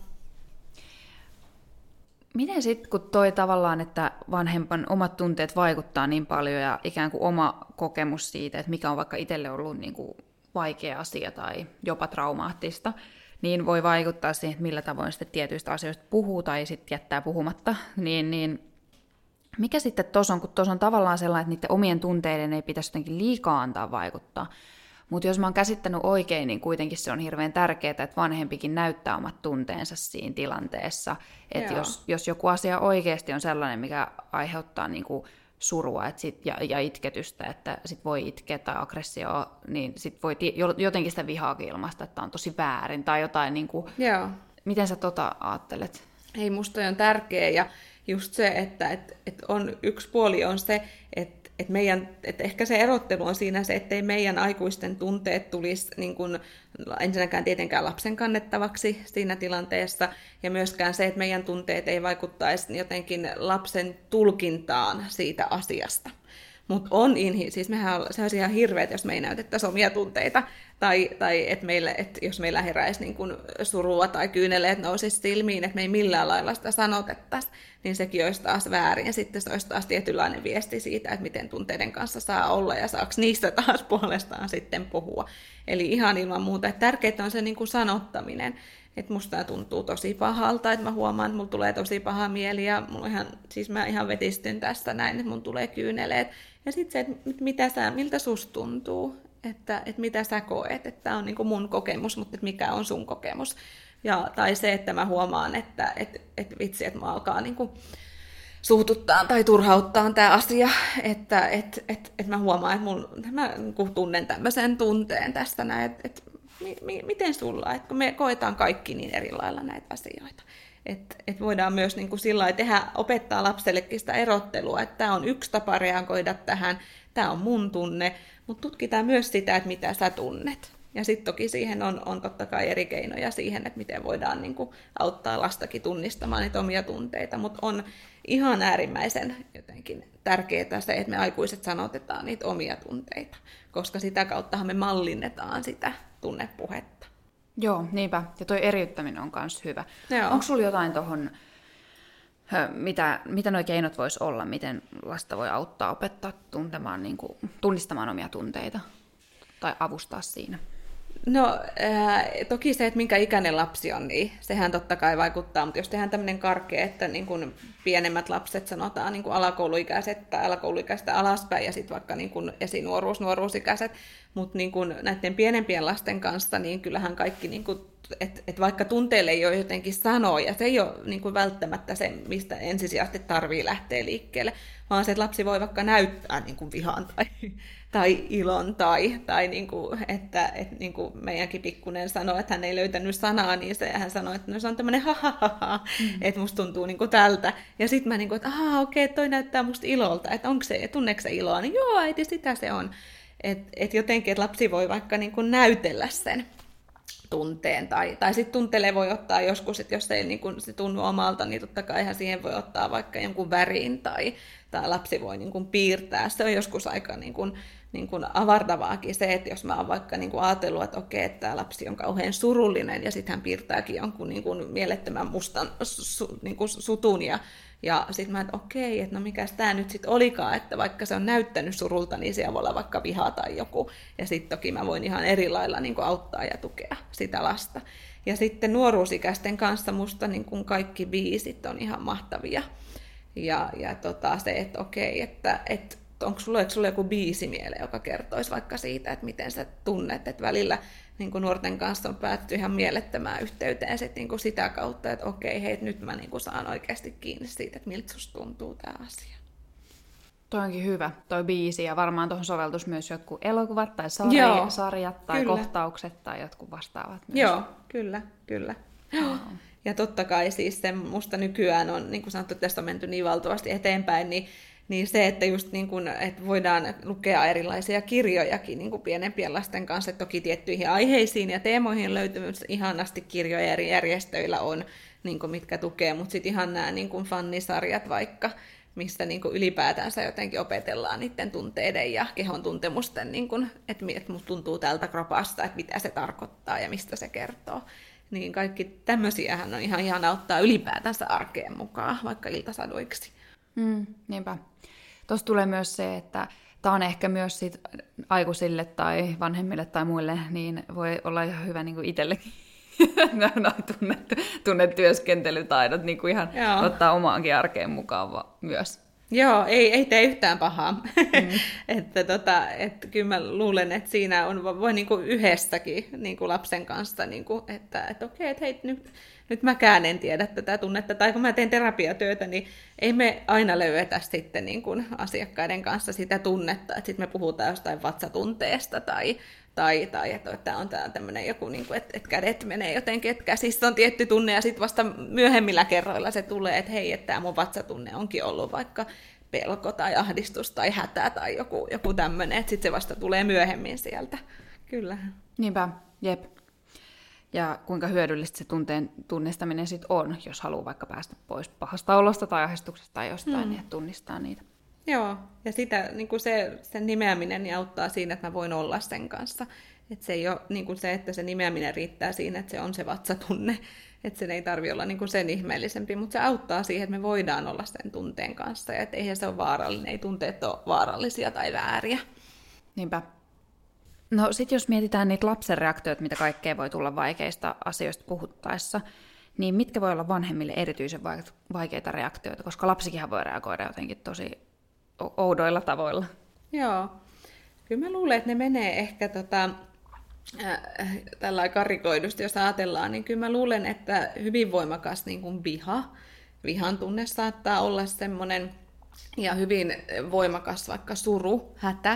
Miten sitten, kun toi tavallaan, että vanhempan omat tunteet vaikuttaa niin paljon ja ikään kuin oma kokemus siitä, että mikä on vaikka itselle ollut niin kuin vaikea asia tai jopa traumaattista, niin voi vaikuttaa siihen, että millä tavoin sitten tietyistä asioista puhuu tai sitten jättää puhumatta, niin mikä sitten tuossa on, kun tuossa on tavallaan sellainen, että niiden omien tunteiden ei pitäisi jotenkin liikaa antaa vaikuttaa, mutta jos mä oon käsittänyt oikein, niin kuitenkin se on hirveän tärkeää, että vanhempikin näyttää omat tunteensa siinä tilanteessa. Että jos joku asia oikeasti on sellainen, mikä aiheuttaa niinku surua ja itketystä, että sit voi itkeä tai aggressioa, niin sit voi jotenkin sitä vihaakin ilmaista, että on tosi väärin tai jotain. Niinku, miten sä ajattelet? Ei, musta on tärkeä ja just se, että on yksi puoli on se, että ehkä se erottelu on siinä se, ettei meidän aikuisten tunteet tulisi niin kuin, ensinnäkään tietenkään lapsen kannettavaksi siinä tilanteessa, ja myöskään se, että meidän tunteet ei vaikuttaisi jotenkin lapsen tulkintaan siitä asiasta. Mutta siis se olisi ihan hirveet, jos me ei näytettäisi omia tunteita, tai että jos meillä heräisi niin kun surua tai kyyneleet nousisi silmiin, että me ei millään lailla sitä sanotettaisi, niin sekin olisi taas väärin. Ja sitten se olisi taas tietynlainen viesti siitä, että miten tunteiden kanssa saa olla ja saako niistä taas puolestaan sitten puhua. Eli ihan ilman muuta, että tärkeintä on se niin kun sanottaminen. Että musta tämä tuntuu tosi pahalta, että mä huomaan, että mulla tulee tosi paha mieli ja mä ihan vetistyn tästä näin, että mun tulee kyyneleet. Ja sitten se, että miltä susta tuntuu, että mitä sä koet, että tämä on niin kuin mun kokemus, mutta että mikä on sun kokemus. Tai se, että mä huomaan, että vitsi, että mä alkaa niin kuin suututtaa tai turhauttaa tämä asia, että mä huomaan, että mä tunnen tämmöisen tunteen tästä näin, että miten sulla, että kun me koetaan kaikki niin eri lailla näitä asioita. Että voidaan myös niin kuin sillä lailla opettaa lapsellekin sitä erottelua, että tämä on yksi tapa reagoida tähän, tämä on mun tunne, mutta tutkitaan myös sitä, että mitä sä tunnet. Ja sitten toki siihen on totta kai eri keinoja siihen, että miten voidaan niin kuin auttaa lastakin tunnistamaan niitä omia tunteita, mutta on ihan äärimmäisen jotenkin tärkeää se, että me aikuiset sanotetaan niitä omia tunteita, koska sitä kauttahan me mallinnetaan sitä tunnepuhetta. Joo, niinpä. Ja toi eriyttäminen on myös hyvä. Joo. Onko sulla jotain tuohon, mitä nuo keinot vois olla, miten lasta voi auttaa opettaa tuntemaan, niin kuin, tunnistamaan omia tunteita tai avustaa siinä? No toki se, että minkä ikäinen lapsi on, niin sehän totta kai vaikuttaa, mutta jos tehdään tämmöinen karkea, että niin kuin pienemmät lapset sanotaan niin kuin alakouluikäiset tai alakouluikäistä alaspäin ja sitten vaikka niin kuin nuoruusikäiset, mutta niin kuin näiden pienempien lasten kanssa, niin kyllähän kaikki, niin kuin, että vaikka tunteille ei ole jotenkin sanoja, se ei ole niin kuin välttämättä se, mistä ensisijaisesti tarvii lähteä liikkeelle, vaan se, että lapsi voi vaikka näyttää niin kuin vihan tai ilon, tai niin kuin, että niin kuin meidänkin pikkunen sanoi, että hän ei löytänyt sanaa, niin hän sanoi, että no, se on tämmöinen ha-ha-ha, että musta tuntuu niin kuin tältä. Ja sitten mä niin kuin, että okei, toi näyttää musta ilolta, että tunneeko se iloa? Niin joo, äiti, sitä se on. Että jotenkin, että lapsi voi vaikka niin kuin näytellä sen tunteen, tai sitten tunteelle voi ottaa joskus, että jos ei niin kuin se tunnu omalta, niin totta kai ihan siihen voi ottaa vaikka jonkun värin, tai lapsi voi niin kuin piirtää. Se on joskus aika niin kuin avartavaakin se, että jos mä oon vaikka niin kuin ajatellut, että okei, että tämä lapsi on kauhean surullinen, ja sitten hän piirtääkin jonkun niin kuin mielettömän mustan niin kuin sutun, ja sitten mä, että okei, että no mikäs tämä nyt sitten olikaan, että vaikka se on näyttänyt surulta, niin siellä voi olla vaikka viha tai joku. Ja sitten toki mä voin ihan eri lailla niin kuin auttaa ja tukea sitä lasta. Ja sitten nuoruusikäisten kanssa musta niin kuin kaikki biisit on ihan mahtavia. Ja se, että okei, että Onko sulla joku biisi mieleen, joka kertoisi vaikka siitä, että miten sä tunnet, että välillä niin kuin nuorten kanssa on päätty ihan mielettömään yhteyteen sit, niin kuin sitä kautta, että okei, hei, nyt mä niin kuin saan oikeasti kiinni siitä, että miltä susta tuntuu tämä asia. Toi onkin hyvä, toi biisi, ja varmaan tuohon soveltus myös jotkut elokuvat tai sarjat tai kyllä. Kohtaukset tai jotkut vastaavat myös. Joo, kyllä. Ja totta kai siis se musta nykyään on, niin kuin sanottu, että tästä on menty niin valtavasti eteenpäin, niin se, että just niin kuin, että voidaan lukea erilaisia kirjojakin niin kuin pienempien lasten kanssa, että toki tiettyihin aiheisiin ja teemoihin löytyy ihanasti kirjoja eri järjestöillä on, niin kuin mitkä tukee, mutta sitten ihan nämä niin kuin fannisarjat vaikka, missä niin kuin ylipäätänsä jotenkin opetellaan niiden tunteiden ja kehon tuntemusten, niin kuin, että musta tuntuu tältä kropasta, että mitä se tarkoittaa ja mistä se kertoo. Niin kaikki tämmöisiähän on ihan ihana ottaa ylipäätänsä arkeen mukaan, vaikka iltasaduiksi. Niinpä. Tuossa tulee myös se, että tämä on ehkä myös sit aikuisille tai vanhemmille tai muille, niin voi olla ihan hyvä niin kuin itsellekin tunnetyöskentelytaidot niin kuin ihan ottaa omaankin arkeen mukaan myös. Joo, ei tee yhtään pahaa. Että kyllä mä luulen, että siinä voi niinku yhdessäkin niinku lapsen kanssa, niinku, että okei, että hei, nyt mäkään en tiedä tätä tunnetta. Tai kun mä teen terapiatyötä, niin ei me aina löydetä sitten niinku asiakkaiden kanssa sitä tunnetta, että sitten me puhutaan jostain vatsatunteesta tai että on tämmöinen joku, niinku, että kädet menee jotenkin, että käsissä on tietty tunne, ja sitten vasta myöhemmillä kerroilla se tulee, että hei, että tämä mun vatsatunne onkin ollut vaikka pelko tai ahdistus tai hätä tai joku tämmöinen, että sitten se vasta tulee myöhemmin sieltä. Kyllä. Niinpä, jep. Ja kuinka hyödyllistä se tunteen tunnistaminen sitten on, jos haluaa vaikka päästä pois pahasta olosta tai ahdistuksesta tai jostain, niin että tunnistaa niitä. Joo, ja sitä, niin kuin sen nimeäminen niin auttaa siinä, että mä voin olla sen kanssa. Että se ei ole niin kuin se, että se nimeäminen riittää siinä, että se on se vatsatunne. Että sen ei tarvitse olla niin kuin sen ihmeellisempi, mutta se auttaa siihen, että me voidaan olla sen tunteen kanssa. Ja että eihän se ole vaarallinen, ei tunteet ole vaarallisia tai vääriä. Niinpä. No sit jos mietitään niitä lapsen reaktioita, mitä kaikkea voi tulla vaikeista asioista puhuttaessa, niin mitkä voi olla vanhemmille erityisen vaikeita reaktioita, koska lapsikinhan voi reagoida jotenkin tosi oudoilla tavoilla. Joo. Kyllä mä luulen, että ne menee ehkä tällä karikoidusti, jos ajatellaan, niin kyllä mä luulen, että hyvin voimakas niin kuin vihan tunne saattaa olla semmoinen, ja hyvin voimakas vaikka suru, hätä.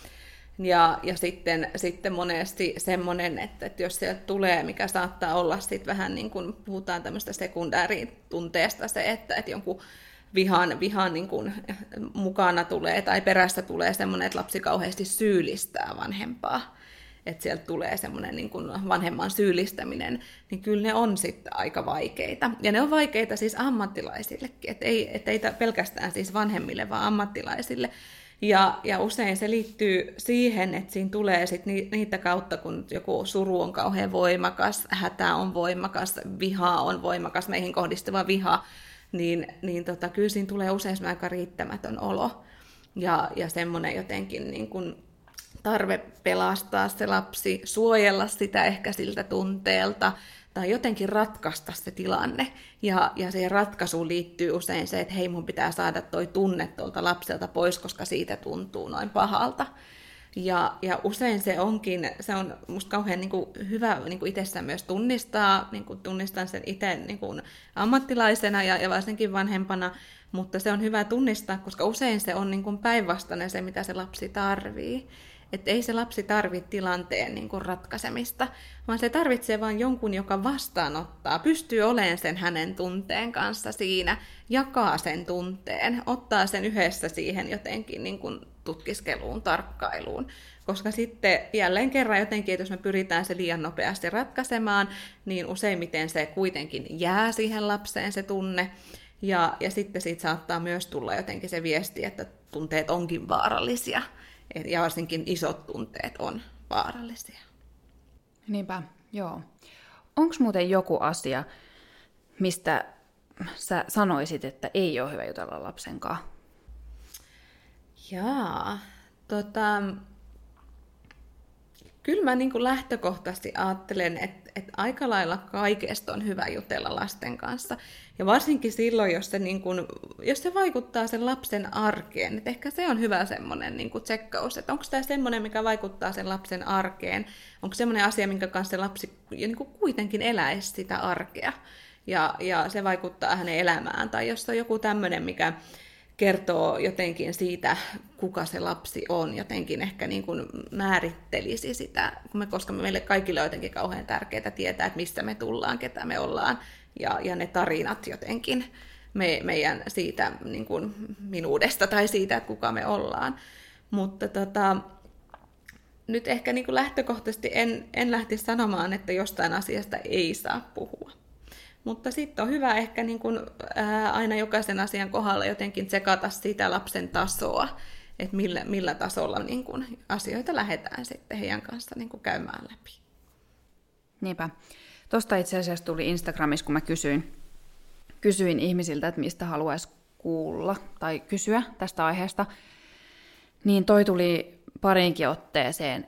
Ja sitten monesti semmoinen, että jos sieltä tulee, mikä saattaa olla sitten vähän niin kuin puhutaan tämmöistä sekundääritunteesta, se, että jonkun vihan niin kuin mukana tulee tai perässä tulee semmoinen, että lapsi kauheasti syyllistää vanhempaa. Että sieltä tulee semmoinen niin kuin vanhemman syyllistäminen, niin kyllä ne on sitten aika vaikeita. Ja ne on vaikeita siis ammattilaisillekin, että ei pelkästään siis vanhemmille, vaan ammattilaisille. Ja usein se liittyy siihen, että siinä tulee sit niitä kautta, kun joku suru on kauhean voimakas, hätä on voimakas, viha on voimakas, meihin kohdistuva viha, niin kyllä siinä tulee usein aika riittämätön olo. Ja semmoinen jotenkin niin kuin tarve pelastaa se lapsi, suojella sitä ehkä siltä tunteelta, tai jotenkin ratkaista se tilanne. Ja siihen ratkaisuun liittyy usein se, että hei, mun pitää saada toi tunne tuolta lapselta pois, koska siitä tuntuu noin pahalta. Ja usein se on musta kauhean niin kuin hyvä niin kuin itsessään myös tunnistaa, niin kuin tunnistan sen itse niin kuin ammattilaisena ja varsinkin vanhempana, mutta se on hyvä tunnistaa, koska usein se on niin kuin päinvastainen se, mitä se lapsi tarvii. Että ei se lapsi tarvitse tilanteen niin kuin ratkaisemista, vaan se tarvitsee vain jonkun, joka vastaanottaa, pystyy olemaan sen hänen tunteen kanssa siinä, jakaa sen tunteen, ottaa sen yhdessä siihen jotenkin niin kuin tutkiskeluun, tarkkailuun. Koska sitten jälleen kerran jotenkin, että jos me pyritään se liian nopeasti ratkaisemaan, niin useimmiten se kuitenkin jää siihen lapseen se tunne. Ja sitten siitä saattaa myös tulla jotenkin se viesti, että tunteet onkin vaarallisia. Ja varsinkin isot tunteet on vaarallisia. Niinpä, joo. Onko muuten joku asia, mistä sä sanoisit, että ei ole hyvä jutella lapsen kanssa? Kyllä mä niin kuin lähtökohtaisesti ajattelen, että aika lailla kaikesta on hyvä jutella lasten kanssa. Ja varsinkin silloin, jos se vaikuttaa sen lapsen arkeen. Että ehkä se on hyvä semmoinen niin kuin tsekkaus, että onko tämä semmoinen, mikä vaikuttaa sen lapsen arkeen. Onko semmoinen asia, minkä kanssa se lapsi niin kuin kuitenkin eläisi sitä arkea. Ja se vaikuttaa hänen elämään. Tai jos on joku tämmöinen, mikä kertoo jotenkin siitä, kuka se lapsi on, jotenkin ehkä niin kuin määrittelisi sitä, koska meille kaikille on jotenkin kauhean tärkeää tietää, että mistä me tullaan, ketä me ollaan, ja ne tarinat jotenkin meidän siitä niin kuin minuudesta tai siitä, että kuka me ollaan. Mutta nyt ehkä niin kuin lähtökohtaisesti en lähtisi sanomaan, että jostain asiasta ei saa puhua. Mutta sitten on hyvä ehkä niin kuin, aina jokaisen asian kohdalla jotenkin tsekata sitä lapsen tasoa, että millä tasolla niin kuin asioita lähdetään sitten heidän kanssa niin kuin käymään läpi. Niinpä. Tuosta itse asiassa tuli Instagramissa, kun mä kysyin ihmisiltä, että mistä haluaisi kuulla tai kysyä tästä aiheesta, niin toi tuli pariinkin otteeseen,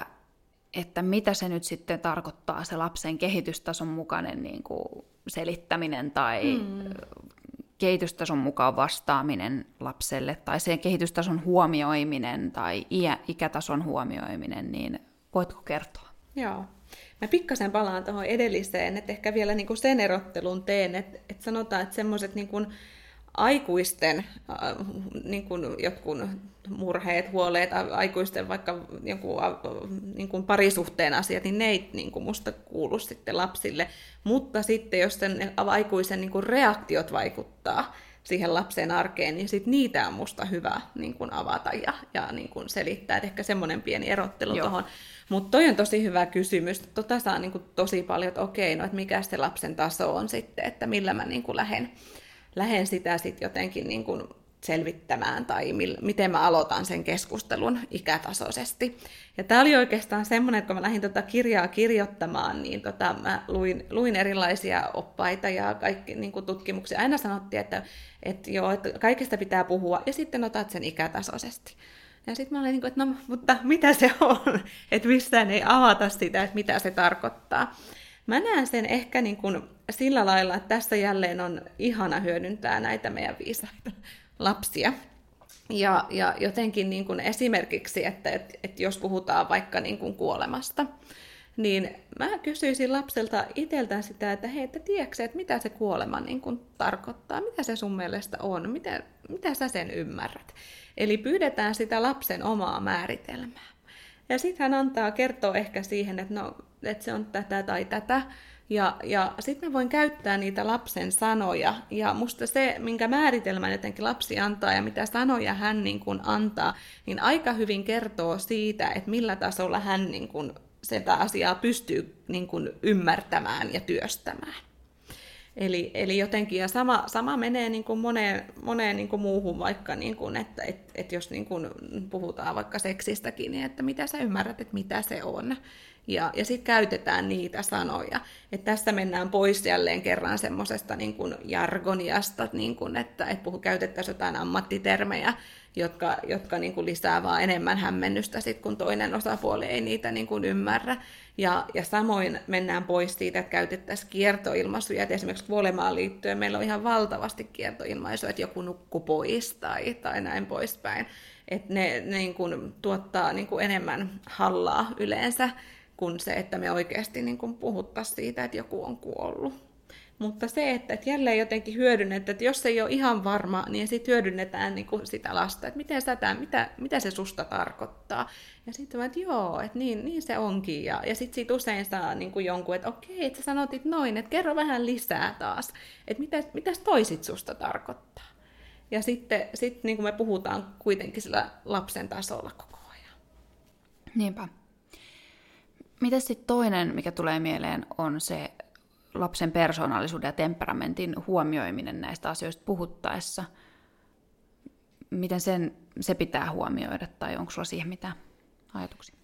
että mitä se nyt sitten tarkoittaa se lapsen kehitystason mukainen niin kuin selittäminen tai kehitystason mukaan vastaaminen lapselle tai sen kehitystason huomioiminen tai ikätason huomioiminen, niin voitko kertoa? Joo. Mä pikkasen palaan tuohon edelliseen, että ehkä vielä niin kuin sen erottelun teen, että sanotaan, että semmoiset niin kuin aikuisten niin kuin jotkut murheet, huoleet, aikuisten vaikka joku niin kuin parisuhteen asiat, niin ne ei niin kuin musta kuulu sitten lapsille. Mutta sitten jos sen aikuisen niin kuin reaktiot vaikuttaa siihen lapsen arkeen, niin sitten niitä on musta hyvä niin kuin avata ja niin kuin selittää. Et ehkä semmoinen pieni erottelu tuohon. Mutta toi on tosi hyvä kysymys. Saa niin kuin tosi paljon, että okei, no, että mikä se lapsen taso on sitten, että millä mä niin kuin lähden sitä sitten jotenkin niin kuin selvittämään tai miten mä aloitan sen keskustelun ikätasoisesti. Ja tämä oli oikeastaan semmoinen, että kun mä lähdin kirjaa kirjoittamaan, niin mä luin erilaisia oppaita ja kaikki niin kuin tutkimuksia. Aina sanottiin, että kaikesta pitää puhua ja sitten otat sen ikätasoisesti. Ja sitten mä olin niin kuin, että no, mutta mitä se on? Että missään ei avata sitä, että mitä se tarkoittaa. Mä näen sen ehkä niin kuin sillä lailla, että tässä jälleen on ihana hyödyntää näitä meidän viisaita lapsia. Ja jotenkin niin kuin esimerkiksi, että jos puhutaan vaikka niin kuin kuolemasta, niin mä kysyisin lapselta itseltään sitä, että hei, että tiedätkö, että mitä se kuolema niin kuin tarkoittaa, mitä se sun mielestä on, mitä sä sen ymmärrät. Eli pyydetään sitä lapsen omaa määritelmää. Ja sitten hän kertoo ehkä siihen, että, että se on tätä tai tätä. Ja sitten mä voin käyttää niitä lapsen sanoja. Ja musta se, minkä määritelmän jotenkin lapsi antaa ja mitä sanoja hän niin kuin antaa, niin aika hyvin kertoo siitä, että millä tasolla hän niin kuin sitä asiaa pystyy niin kuin ymmärtämään ja työstämään. Eli jotenkin, ja sama menee niin kuin moneen niin kuin muuhun vaikka, niin kuin, että jos niin kuin puhutaan vaikka seksistäkin, niin että mitä sä ymmärrät, että mitä se on. Ja sitten käytetään niitä sanoja. Että tässä mennään pois jälleen kerran semmoisesta niin kuin jargoniasta, niin kuin, että käytettäisiin jotain ammattitermejä, jotka niin kuin lisää vaan enemmän hämmennystä, sit, kun toinen osapuoli ei niitä niin kuin ymmärrä. Ja samoin mennään pois siitä, että käytettäisiin kiertoilmaisuja. Et esimerkiksi kuolemaan liittyen meillä on ihan valtavasti kiertoilmaisuja, että joku nukkuu pois tai näin poispäin. Että ne niin kuin tuottaa niin kuin enemmän hallaa yleensä kuin se, että me oikeasti niin kuin puhuttaisiin siitä, että joku on kuollut. Mutta se, että jälleen jotenkin hyödynnetään, että jos ei ole ihan varma, niin sitten hyödynnetään niin kuin sitä lasta, että mitä se susta tarkoittaa. Ja sitten että joo, että niin se onkin. Ja sitten siitä usein saa niin kuin jonkun, että okei, että sä sanotit noin, että kerro vähän lisää taas. Että mitäs toi sit susta tarkoittaa. Ja sitten niin kuin me puhutaan kuitenkin sillä lapsen tasolla koko ajan. Niinpä. Mitäs sitten toinen, mikä tulee mieleen, on se lapsen persoonallisuuden ja temperamentin huomioiminen näistä asioista puhuttaessa. Miten se pitää huomioida, tai onko sulla siihen mitään ajatuksia?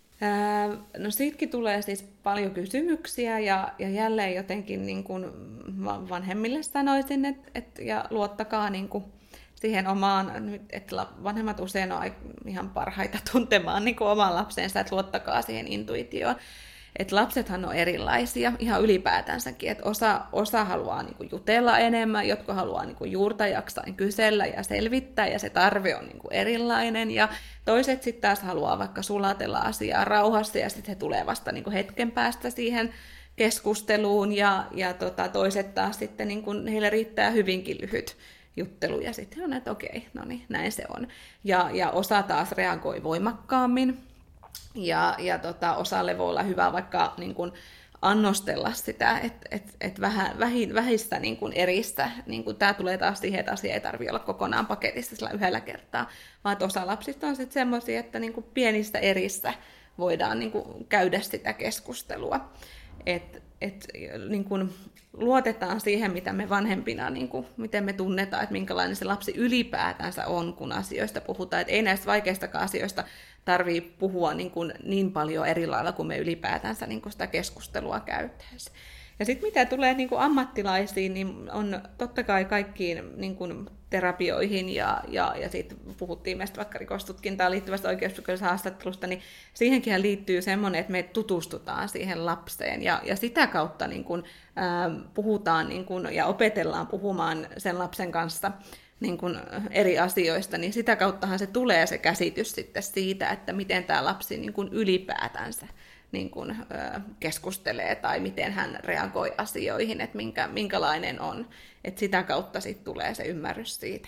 No siitäkin tulee siis paljon kysymyksiä, ja jälleen jotenkin niin kuin vanhemmille sanoisin, ja luottakaa niin kuin siihen omaan, että vanhemmat usein on ihan parhaita tuntemaan niin kuin oman lapsensa, että luottakaa siihen intuitioon. Että lapsethan on erilaisia ihan ylipäätänsäkin, että osa haluaa niin kuin jutella enemmän, jotkut haluaa niin kuin juurta jaksain kysellä ja selvittää, ja se tarve on niin kuin erilainen, ja toiset sitten taas haluaa vaikka sulatella asiaa rauhassa, ja sitten he tulee vasta niin kuin hetken päästä siihen keskusteluun, ja toiset taas sitten, niin kuin, heille riittää hyvinkin lyhyt juttelu, ja sitten on, että okei, no niin, näin se on. Ja osa taas reagoi voimakkaammin, ja osalle voi olla hyvä vaikka niin kuin annostella sitä, että vähistä niin kuin eristä, niin kuin tämä tulee taas siihen, että asia ei tarvitse olla kokonaan paketissa sillä yhdellä kertaa, vaan että osa lapsista on sitten semmoisia, että niin kuin pienistä eristä voidaan niin kuin käydä sitä keskustelua. Niin kuin luotetaan siihen, mitä me vanhempina, niin kuin, miten me tunnetaan, että minkälainen se lapsi ylipäätänsä on, kun asioista puhutaan. Että ei näistä vaikeistakaan asioista tarvitse puhua niin paljon eri lailla, kuin me ylipäätänsä niin kuin sitä keskustelua käytäisiin. Ja sitten mitä tulee niin kuin ammattilaisiin, niin on totta kai kaikkiin niin kuin terapioihin, ja siitä puhuttiin meistä vaikka rikostutkintaan liittyvästä oikeuspsykollisesta haastattelusta, niin siihenkin liittyy semmoinen, että me tutustutaan siihen lapseen, ja sitä kautta niin kuin, puhutaan niin kuin, ja opetellaan puhumaan sen lapsen kanssa niin kuin eri asioista, niin sitä kauttahan se tulee se käsitys sitten siitä, että miten tämä lapsi niin kuin ylipäätänsä niin kuin, keskustelee tai miten hän reagoi asioihin, että minkälainen on. Että sitä kautta sitten tulee se ymmärrys siitä.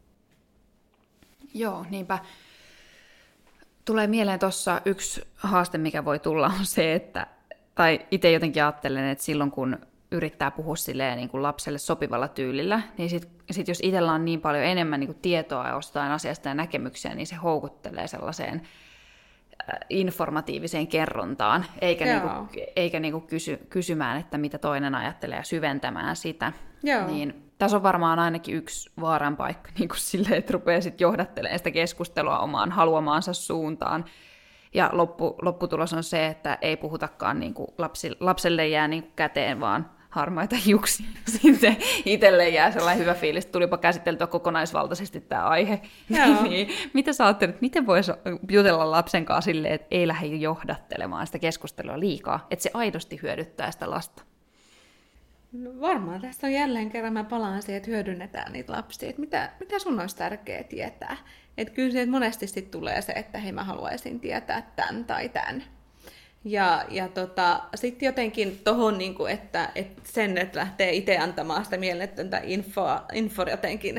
Joo, niinpä. Tulee mieleen tuossa yksi haaste, mikä voi tulla, on se, että, tai itse jotenkin ajattelen, että silloin kun yrittää puhua silleen niin kuin lapselle sopivalla tyylillä, niin sit jos itsellä on niin paljon enemmän niin kuin tietoa jostain asiasta ja näkemyksiä, niin se houkuttelee sellaiseen informatiiviseen kerrontaan, eikä niinku kysymään, että mitä toinen ajattelee, ja syventämään sitä. Niin, tässä on varmaan ainakin yksi vaaran paikka niin kuin silleen, että rupeaa sitten johdattelemaan sitä keskustelua omaan haluamaansa suuntaan. Ja lopputulos on se, että ei puhutakaan niin kuin lapselle jää niin kuin käteen, vaan harmaita hiuksia. Sitten itselle jää sellainen hyvä fiilis, että tulipa käsiteltyä kokonaisvaltaisesti tämä aihe. Niin, mitä sä ajattelet, miten voisi jutella lapsen kanssa silleen, että ei lähde johdattelemaan sitä keskustelua liikaa, että se aidosti hyödyttää sitä lasta? No varmaan tässä on jälleen kerran, mä palaan siihen, että hyödynnetään niitä lapsia, että mitä sun olisi tärkeää tietää. Että kyllä se monesti sitten tulee se, että hei, mä haluaisin tietää tämän tai tämän. Ja sitten jotenkin tuohon, niin että sen, että lähtee itse antamaan sitä mieletöntä infoa jotenkin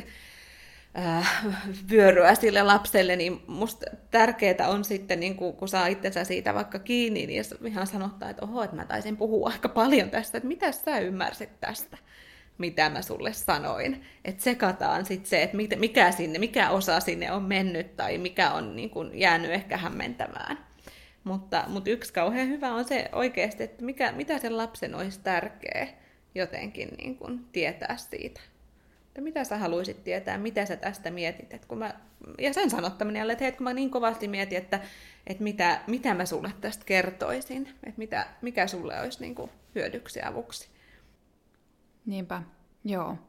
vyöryä sille lapselle, niin musta tärkeää on sitten, niin kun saa itsensä siitä vaikka kiinni, niin ihan sanottaa, että oho, että mä taisin puhua aika paljon tästä, että mitä sä ymmärsit tästä, mitä mä sulle sanoin. Että sekataan sitten se, että mikä osa sinne on mennyt tai mikä on niin kun jäänyt ehkä hämmentämään. Mutta yksi kauhean hyvä on se oikeasti, että mitä sen lapsen olisi tärkeä jotenkin niin kun tietää siitä. Että mitä sä haluaisit tietää, mitä sä tästä mietit. Ja sen sanottaminen jälleen, että hei, kun mä niin kovasti mietin, että mitä mä sulle tästä kertoisin. Että mikä sulle olisi niin kun hyödyksi ja avuksi. Niinpä, joo.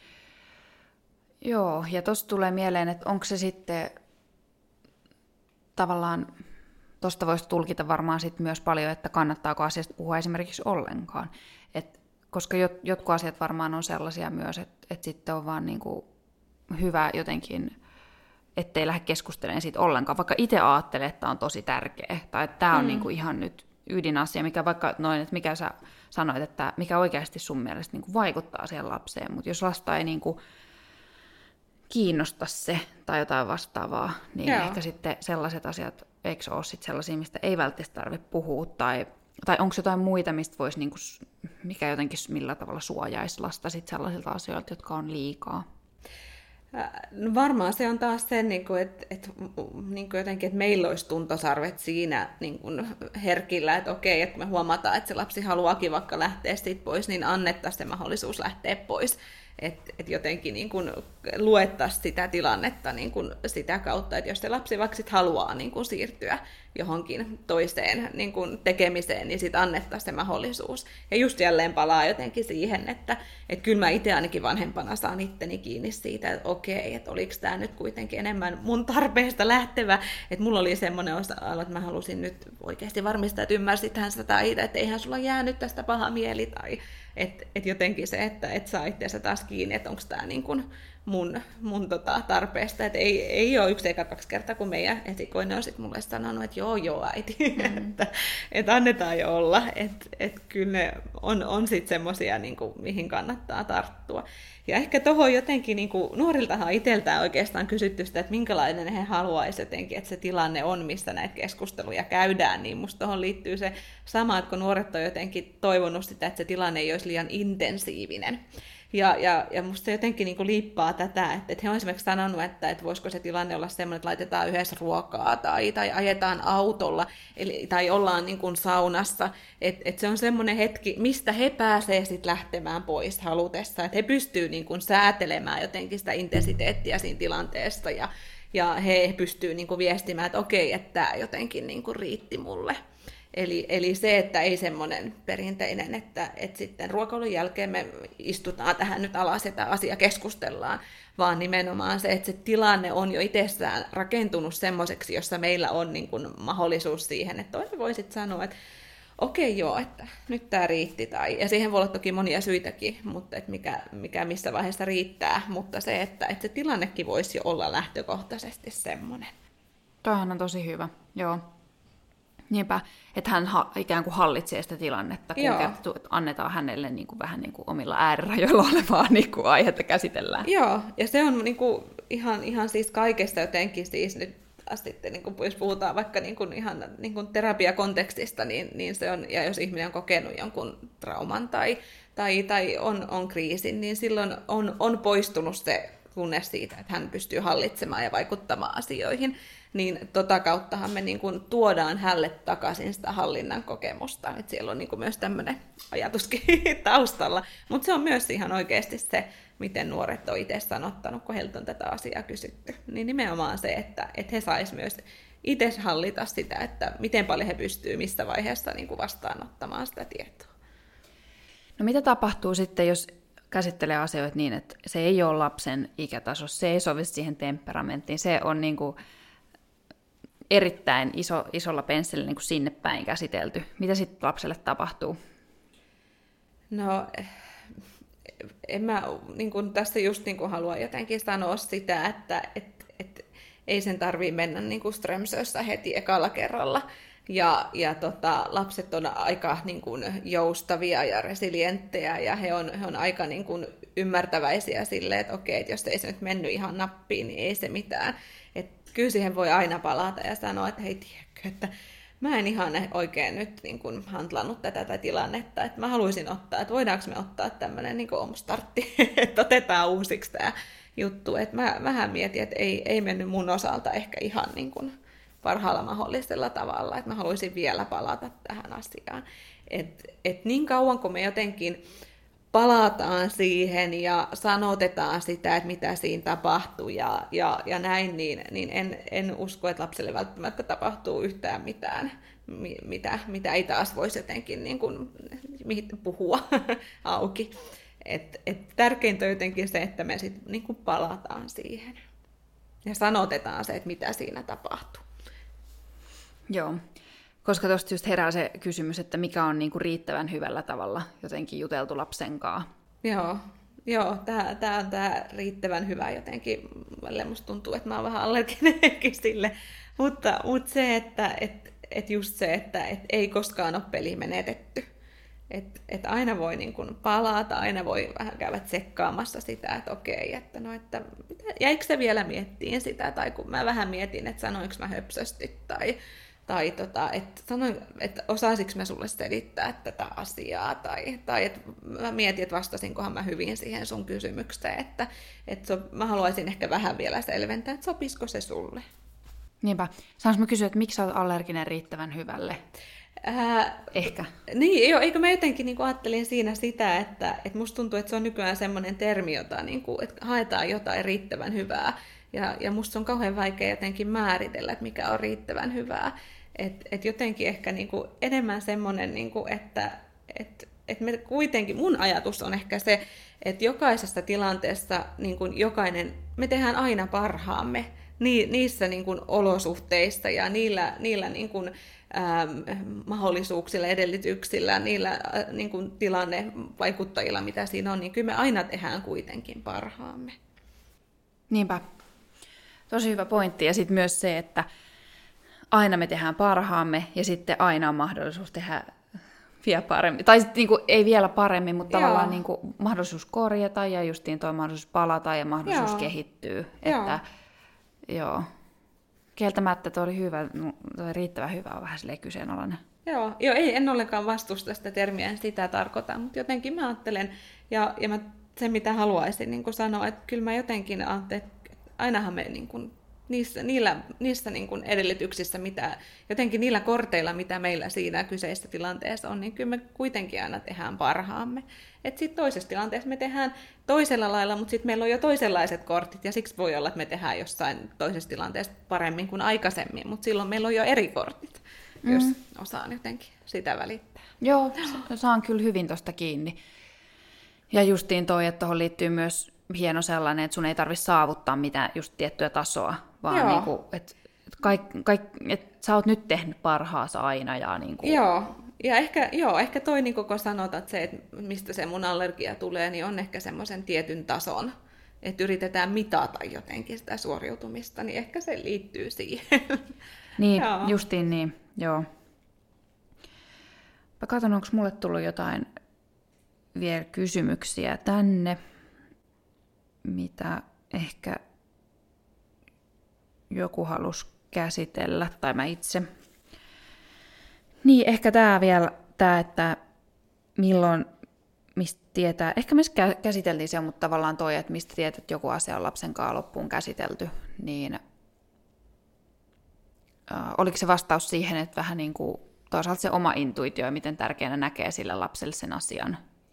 Joo, ja tuossa tulee mieleen, että onko se sitten tavallaan, tuosta voisi tulkita varmaan sit myös paljon, että kannattaako asiasta puhua esimerkiksi ollenkaan. Koska jotkut asiat varmaan on sellaisia myös, että sitten on vaan niinku hyvä jotenkin, ettei lähde keskustelemaan siitä ollenkaan, vaikka itse ajattelee, että on tosi tärkeä, tai että tämä on niinku ihan nyt ydinasia, mikä vaikka noin, että mikä sä sanoit, että mikä oikeasti sun mielestä niinku vaikuttaa siihen lapseen, mutta jos lasta ei niinku kiinnosta se tai jotain vastaavaa, niin ehkä sitten sellaiset asiat, eikö ole sitten sellaisia, mistä ei välttämättä tarvitse puhua, tai onko jotain muita, mistä voisi, niinku, mikä jotenkin millä tavalla suojaisi lasta sit sellaisilta asioilta, jotka on liikaa? No varmaan se on taas se, että jotenkin, että meillä olisi tuntosarvet siinä herkillä, että okei, että me huomataan, että se lapsi haluaakin vaikka lähteä siitä pois, niin annettaisiin se mahdollisuus lähteä pois. että jotenkin niin kuin luettaisiin sitä tilannetta niin kuin sitä kautta, että jos se lapsi vaikka haluaa niin kuin siirtyä johonkin toiseen niin kuin tekemiseen, niin sitten annettaisiin se mahdollisuus. Ja just jälleen palaa jotenkin siihen, että kyllä mä itse ainakin vanhempana saan itteni kiinni siitä, että okei, että oliko tämä nyt kuitenkin enemmän mun tarpeesta lähtevä, että mulla oli semmoinen osa, että mä halusin nyt oikeasti varmistaa, että ymmärsit sitä tai että eihän sulla jäänyt tästä paha mieli, tai että jotenkin se, että et saa itseänsä taas kiinni, että onko tämä niin kuin mun tarpeesta, että ei ole 1 eikä 2 kertaa, kun meidän esikoinen on sitten mulle sanonut, että joo äiti, että annetaan jo olla, että kyllä ne on sitten semmoisia, niin kuin, mihin kannattaa tarttua. Ja ehkä tuohon jotenkin niin kuin, nuoriltahan itseltään oikeastaan kysytty sitä, että minkälainen he haluaisivat jotenkin, että se tilanne on, missä näitä keskusteluja käydään, niin musta tuohon liittyy se sama, että kun nuoret on jotenkin toivonut sitä, että se tilanne ei olisi liian intensiivinen. Ja musta se jotenkin niin kuin liippaa tätä, että he on esimerkiksi sanonut, että voisiko se tilanne olla semmoinen, että laitetaan yhdessä ruokaa tai ajetaan autolla tai ollaan niin kuin saunassa. Että se on semmoinen hetki, mistä he pääsevät sitten lähtemään pois halutessa. Että he pystyvät niin kuin säätelemään jotenkin sitä intensiteettiä siinä tilanteessa ja he pystyvät niin kuin viestimään, että okei, että tämä jotenkin niin kuin riitti mulle. Eli se, että ei semmoinen perinteinen, että sitten ruokailun jälkeen me istutaan tähän nyt alas ja tämä asia keskustellaan, vaan nimenomaan se, että se tilanne on jo itsessään rakentunut semmoiseksi, jossa meillä on niin kuin mahdollisuus siihen, että toinen voi sitten sanoa, että okei joo, että nyt tämä riitti, ja siihen voi olla toki monia syitäkin, mutta että mikä missä vaiheessa riittää, mutta se, että se tilannekin voisi jo olla lähtökohtaisesti semmoinen. Toihan on tosi hyvä, joo. Niinpä, että hän ikään kuin hallitsee sitä tilannetta, kun annetaan hänelle niin kuin vähän niin kuin omilla äärirajoilla olevaa niin kuin aihetta käsitellään. Joo, ja se on niin kuin ihan siis kaikesta jotenkin siis nyt sitten, niin kuin jos puhutaan vaikka niin kuin ihan niin kuin terapiakontekstista, niin se on, ja jos ihminen on kokenut jonkun trauman tai on kriisin, niin silloin on poistunut se tunne siitä, että hän pystyy hallitsemaan ja vaikuttamaan asioihin, niin kauttahan me niin kuin tuodaan hänelle takaisin sitä hallinnan kokemusta. Et siellä on niin kuin myös tämmöinen ajatuskin taustalla. Mutta se on myös ihan oikeasti se, miten nuoret on itse sanottanut, kun heiltä on tätä asiaa kysytty. Niin nimenomaan se, että he sais myös itse hallita sitä, että miten paljon he pystyy missä vaiheessa niin kuin vastaanottamaan sitä tietoa. No mitä tapahtuu sitten, jos käsittelee asioita niin, että se ei ole lapsen ikätaso, se ei sovi siihen temperamenttiin, se on niin kuin erittäin isolla pensselillä niin kuin sinne päin käsitelty. Mitä sitten lapselle tapahtuu? No, en mä niin kuin tässä just niin kuin halua jotenkin sanoa sitä, että ei sen tarvitse mennä niin kuin Strömsössä heti ekalla kerralla. Ja lapset on aika niin kuin joustavia ja resilienttejä ja he on aika niin kuin ymmärtäväisiä silleen, että okei, että jos ei se nyt mennyt ihan nappiin, niin ei se mitään. Että kyllä siihen voi aina palata ja sanoa, että hei tiedätkö, että mä en ihan oikein nyt niin kuin handlannut tätä tilannetta, että mä haluaisin ottaa, että voidaanko me ottaa tämmöinen niin kuin omstartti, että otetaan uusiksi tämä juttu. Että mä vähän mietin, että ei mennyt mun osalta ehkä ihan niin kuin parhaalla mahdollisella tavalla, että mä haluaisin vielä palata tähän asiaan. Et niin kauan kun me jotenkin palataan siihen ja sanotetaan sitä, että mitä siinä tapahtuu ja näin, niin en usko, että lapselle välttämättä tapahtuu yhtään mitään, mitä ei taas voisi jotenkin niin kuin puhua auki. Et tärkeintä on jotenkin se, että me sitten niin kuin palataan siihen ja sanotetaan se, että mitä siinä tapahtuu. Joo, koska tuosta just herää se kysymys, että mikä on niinku riittävän hyvällä tavalla jotenkin juteltu lapsen kanssa. Joo, tämä on tämä riittävän hyvä jotenkin. Välillä musta tuntuu, että mä oon vähän allerginenkin sille. Mutta se, että just se, että ei koskaan ole peli menetetty. Että aina voi niin kuin palata, aina voi vähän käydä tsekkaamassa sitä, että okei, että jäikö se vielä miettiin sitä, tai kun mä vähän mietin, että sanoinko mä höpsösti, tai että osaisinko mä sulle selittää tätä asiaa, tai että mä mietin, että vastasinkohan mä hyvin siihen sun kysymykseen, että mä haluaisin ehkä vähän vielä selventää, että sopisiko se sulle. Niinpä. Saanko mä kysyä, että miksi sä oot allerginen riittävän hyvälle? Ehkä. Niin, joo, eikö mä jotenkin niin ajattelin siinä sitä, että musta tuntuu, että se on nykyään semmoinen termi, jota niin kuin, että haetaan jotain riittävän hyvää. Ja musta se on kauhean vaikea jotenkin määritellä, että mikä on riittävän hyvää. Et jotenkin ehkä niin kuin enemmän semmoinen, niin kuin, että me kuitenkin, mun ajatus on ehkä se, että jokaisessa tilanteessa niin kuin jokainen, me tehdään aina parhaamme niissä niin kuin olosuhteissa ja niillä niin kuin, mahdollisuuksilla, edellytyksillä, niillä niin kuin tilannevaikuttajilla, mitä siinä on, niin kyllä me aina tehdään kuitenkin parhaamme. Niinpä. Tosi hyvä pointti. Ja sitten myös se, että aina me tehdään parhaamme ja sitten aina on mahdollisuus tehdä vielä paremmin. Tai sitten niin ei vielä paremmin, mutta tavallaan niin kuin mahdollisuus korjata ja justiin tuo mahdollisuus palata ja mahdollisuus kehittyä. Että, joo. Kieltämättä tuo oli hyvä, tuo oli riittävän hyvä, on vähän silleen kyseenalainen. Joo, en ollenkaan vastusta sitä termiä, en sitä tarkoita, mutta jotenkin mä ajattelen, ja se mitä haluaisin niin sanoa, että kyllä mä jotenkin ajattelen, että ainahan me niin kuin, niissä niin kuin edellytyksissä, jotenkin niillä korteilla, mitä meillä siinä kyseisessä tilanteessa on, niin kyllä me kuitenkin aina tehdään parhaamme. Että sitten toisessa tilanteessa me tehdään toisella lailla, mutta sitten meillä on jo toisenlaiset kortit, ja siksi voi olla, että me tehdään jossain toisessa tilanteessa paremmin kuin aikaisemmin, mutta silloin meillä on jo eri kortit, jos osaan jotenkin sitä välittää. Joo, saan kyllä hyvin tuosta kiinni. Ja justiin toi, että tuohon liittyy myös hieno sellainen, että sun ei tarvitse saavuttaa mitään just tiettyä tasoa, vaan niinku, että sä oot nyt tehnyt parhaas aina. Ja niinku... Joo, ja ehkä toi, niin kun sanotaan, se, että mistä se mun allergia tulee, niin on ehkä semmoisen tietyn tason, että yritetään mitata jotenkin sitä suoriutumista, niin ehkä se liittyy siihen. Niin, justiin niin, joo. Mä katson, onko mulle tullut jotain vielä kysymyksiä tänne, mitä ehkä joku halusi käsitellä, tai mä itse. Niin, ehkä että milloin, mistä tietää, ehkä me käsiteltiin se, mutta tavallaan toi, että mistä tietää, että joku asia on lapsen kanssa loppuun käsitelty, niin oliko se vastaus siihen, että vähän niin kuin toisaalta se oma intuitio ja miten tärkeänä näkee sille lapselle sen asian?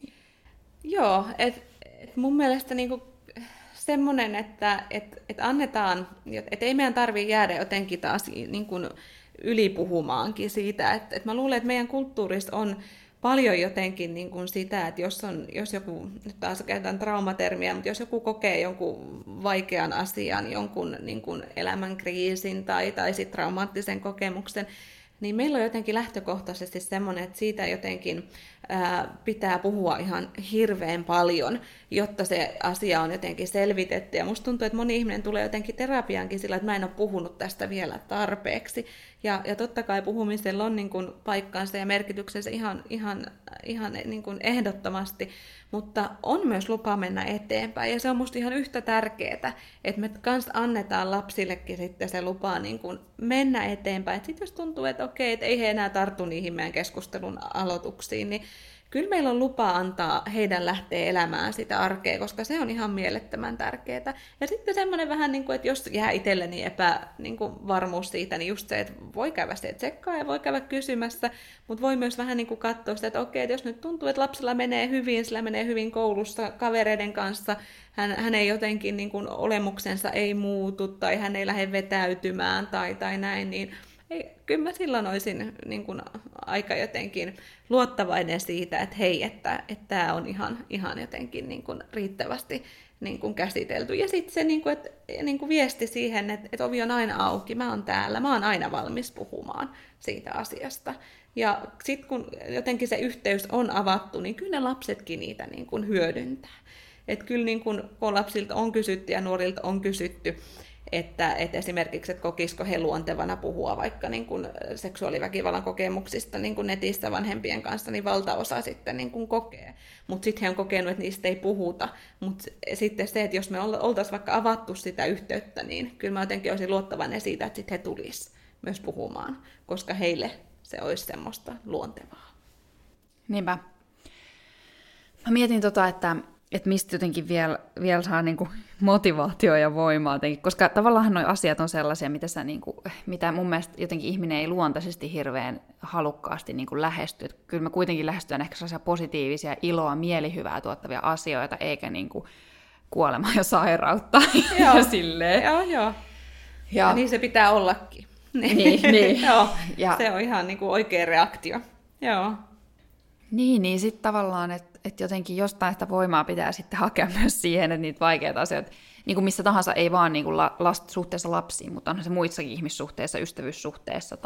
Joo, et mun mielestä niinku semmoinen, että annetaan, että ei meidän tarvitse jäädä jotenkin taas niin kuin ylipuhumaankin siitä, että mä luulen, että meidän kulttuurissa on paljon jotenkin niin kuin sitä, että jos joku, nyt taas käytän traumatermiä, mutta jos joku kokee jonkun vaikean asian, jonkun niin kuin elämänkriisin tai sitten traumaattisen kokemuksen, niin meillä on jotenkin lähtökohtaisesti semmoinen, että siitä jotenkin pitää puhua ihan hirveän paljon, jotta se asia on jotenkin selvitetty. Ja musta tuntuu, että moni ihminen tulee jotenkin terapiaankin sillä, että mä en ole puhunut tästä vielä tarpeeksi. Ja totta kai puhumisella on niin kuin paikkansa ja merkityksensä ihan niin kuin ehdottomasti, mutta on myös lupa mennä eteenpäin. Ja se on musta ihan yhtä tärkeää, että me kans annetaan lapsillekin sitten se lupa niin kuin mennä eteenpäin. Sitten jos tuntuu, että okei, että ei he enää tartu niihin meidän keskustelun aloituksiin, niin kyllä meillä on lupa antaa heidän lähteä elämään sitä arkea, koska se on ihan mielettömän tärkeää. Ja sitten semmoinen vähän, niin kuin, että jos jää itselleni epävarmuus siitä, niin just se, että voi käydä se tsekkaa ja voi käydä kysymässä, mutta voi myös vähän niin kuin katsoa sitä, että okei, että jos nyt tuntuu, että lapsella menee hyvin, sillä menee hyvin koulussa kavereiden kanssa, hän ei jotenkin niin kuin olemuksensa ei muutu tai hän ei lähde vetäytymään tai näin, niin kyllä mä silloin olisin niin kuin aika jotenkin luottavainen siitä, että hei, että tämä on ihan jotenkin niin kuin riittävästi niin kuin käsitelty. Ja sitten se niin kuin, että, niin kuin viesti siihen, että ovi on aina auki, mä oon täällä, mä oon aina valmis puhumaan siitä asiasta. Ja sitten kun jotenkin se yhteys on avattu, niin kyllä ne lapsetkin niitä niin kuin hyödyntää. Että kyllä niin kuin, kun lapsilta on kysytty ja nuorilta on kysytty, että esimerkiksi, että kokisiko he luontevana puhua vaikka niin kuin seksuaaliväkivallan kokemuksista niin kuin netissä vanhempien kanssa, niin valtaosa sitten niin kuin kokee. Mutta sitten he on kokenut, että niistä ei puhuta. Mutta sitten se, että jos me oltaisiin vaikka avattu sitä yhteyttä, niin kyllä mä jotenkin olisin luottavainen siitä, että sitten he tulisivat myös puhumaan, koska heille se olisi semmoista luontevaa. Niinpä. Mä mietin että että mistä jotenkin vielä saa niinku motivaatio ja voimaa jotenkin, koska tavallaan nuo asiat on sellaisia, mitä mun mielestä jotenkin ihminen ei luontaisesti hirveän halukkaasti niinku lähesty. Et kyllä me kuitenkin lähestytään ehkä sellaisia positiivisia, iloa, mielihyvää tuottavia asioita, eikä niinku kuolemaa ja sairautta. Joo, ja silleen. joo. Ja niin se pitää ollakin. Niin. Joo, se on ihan niinku oikea reaktio. Joo. Niin sitten tavallaan, että jotenkin jostain sitä voimaa pitää sitten hakea myös siihen, että niitä vaikeita asioita, niin kuin missä tahansa, ei vaan niin kuin suhteessa lapsiin, mutta onhan se muissakin ihmissuhteissa, ystävyyssuhteessa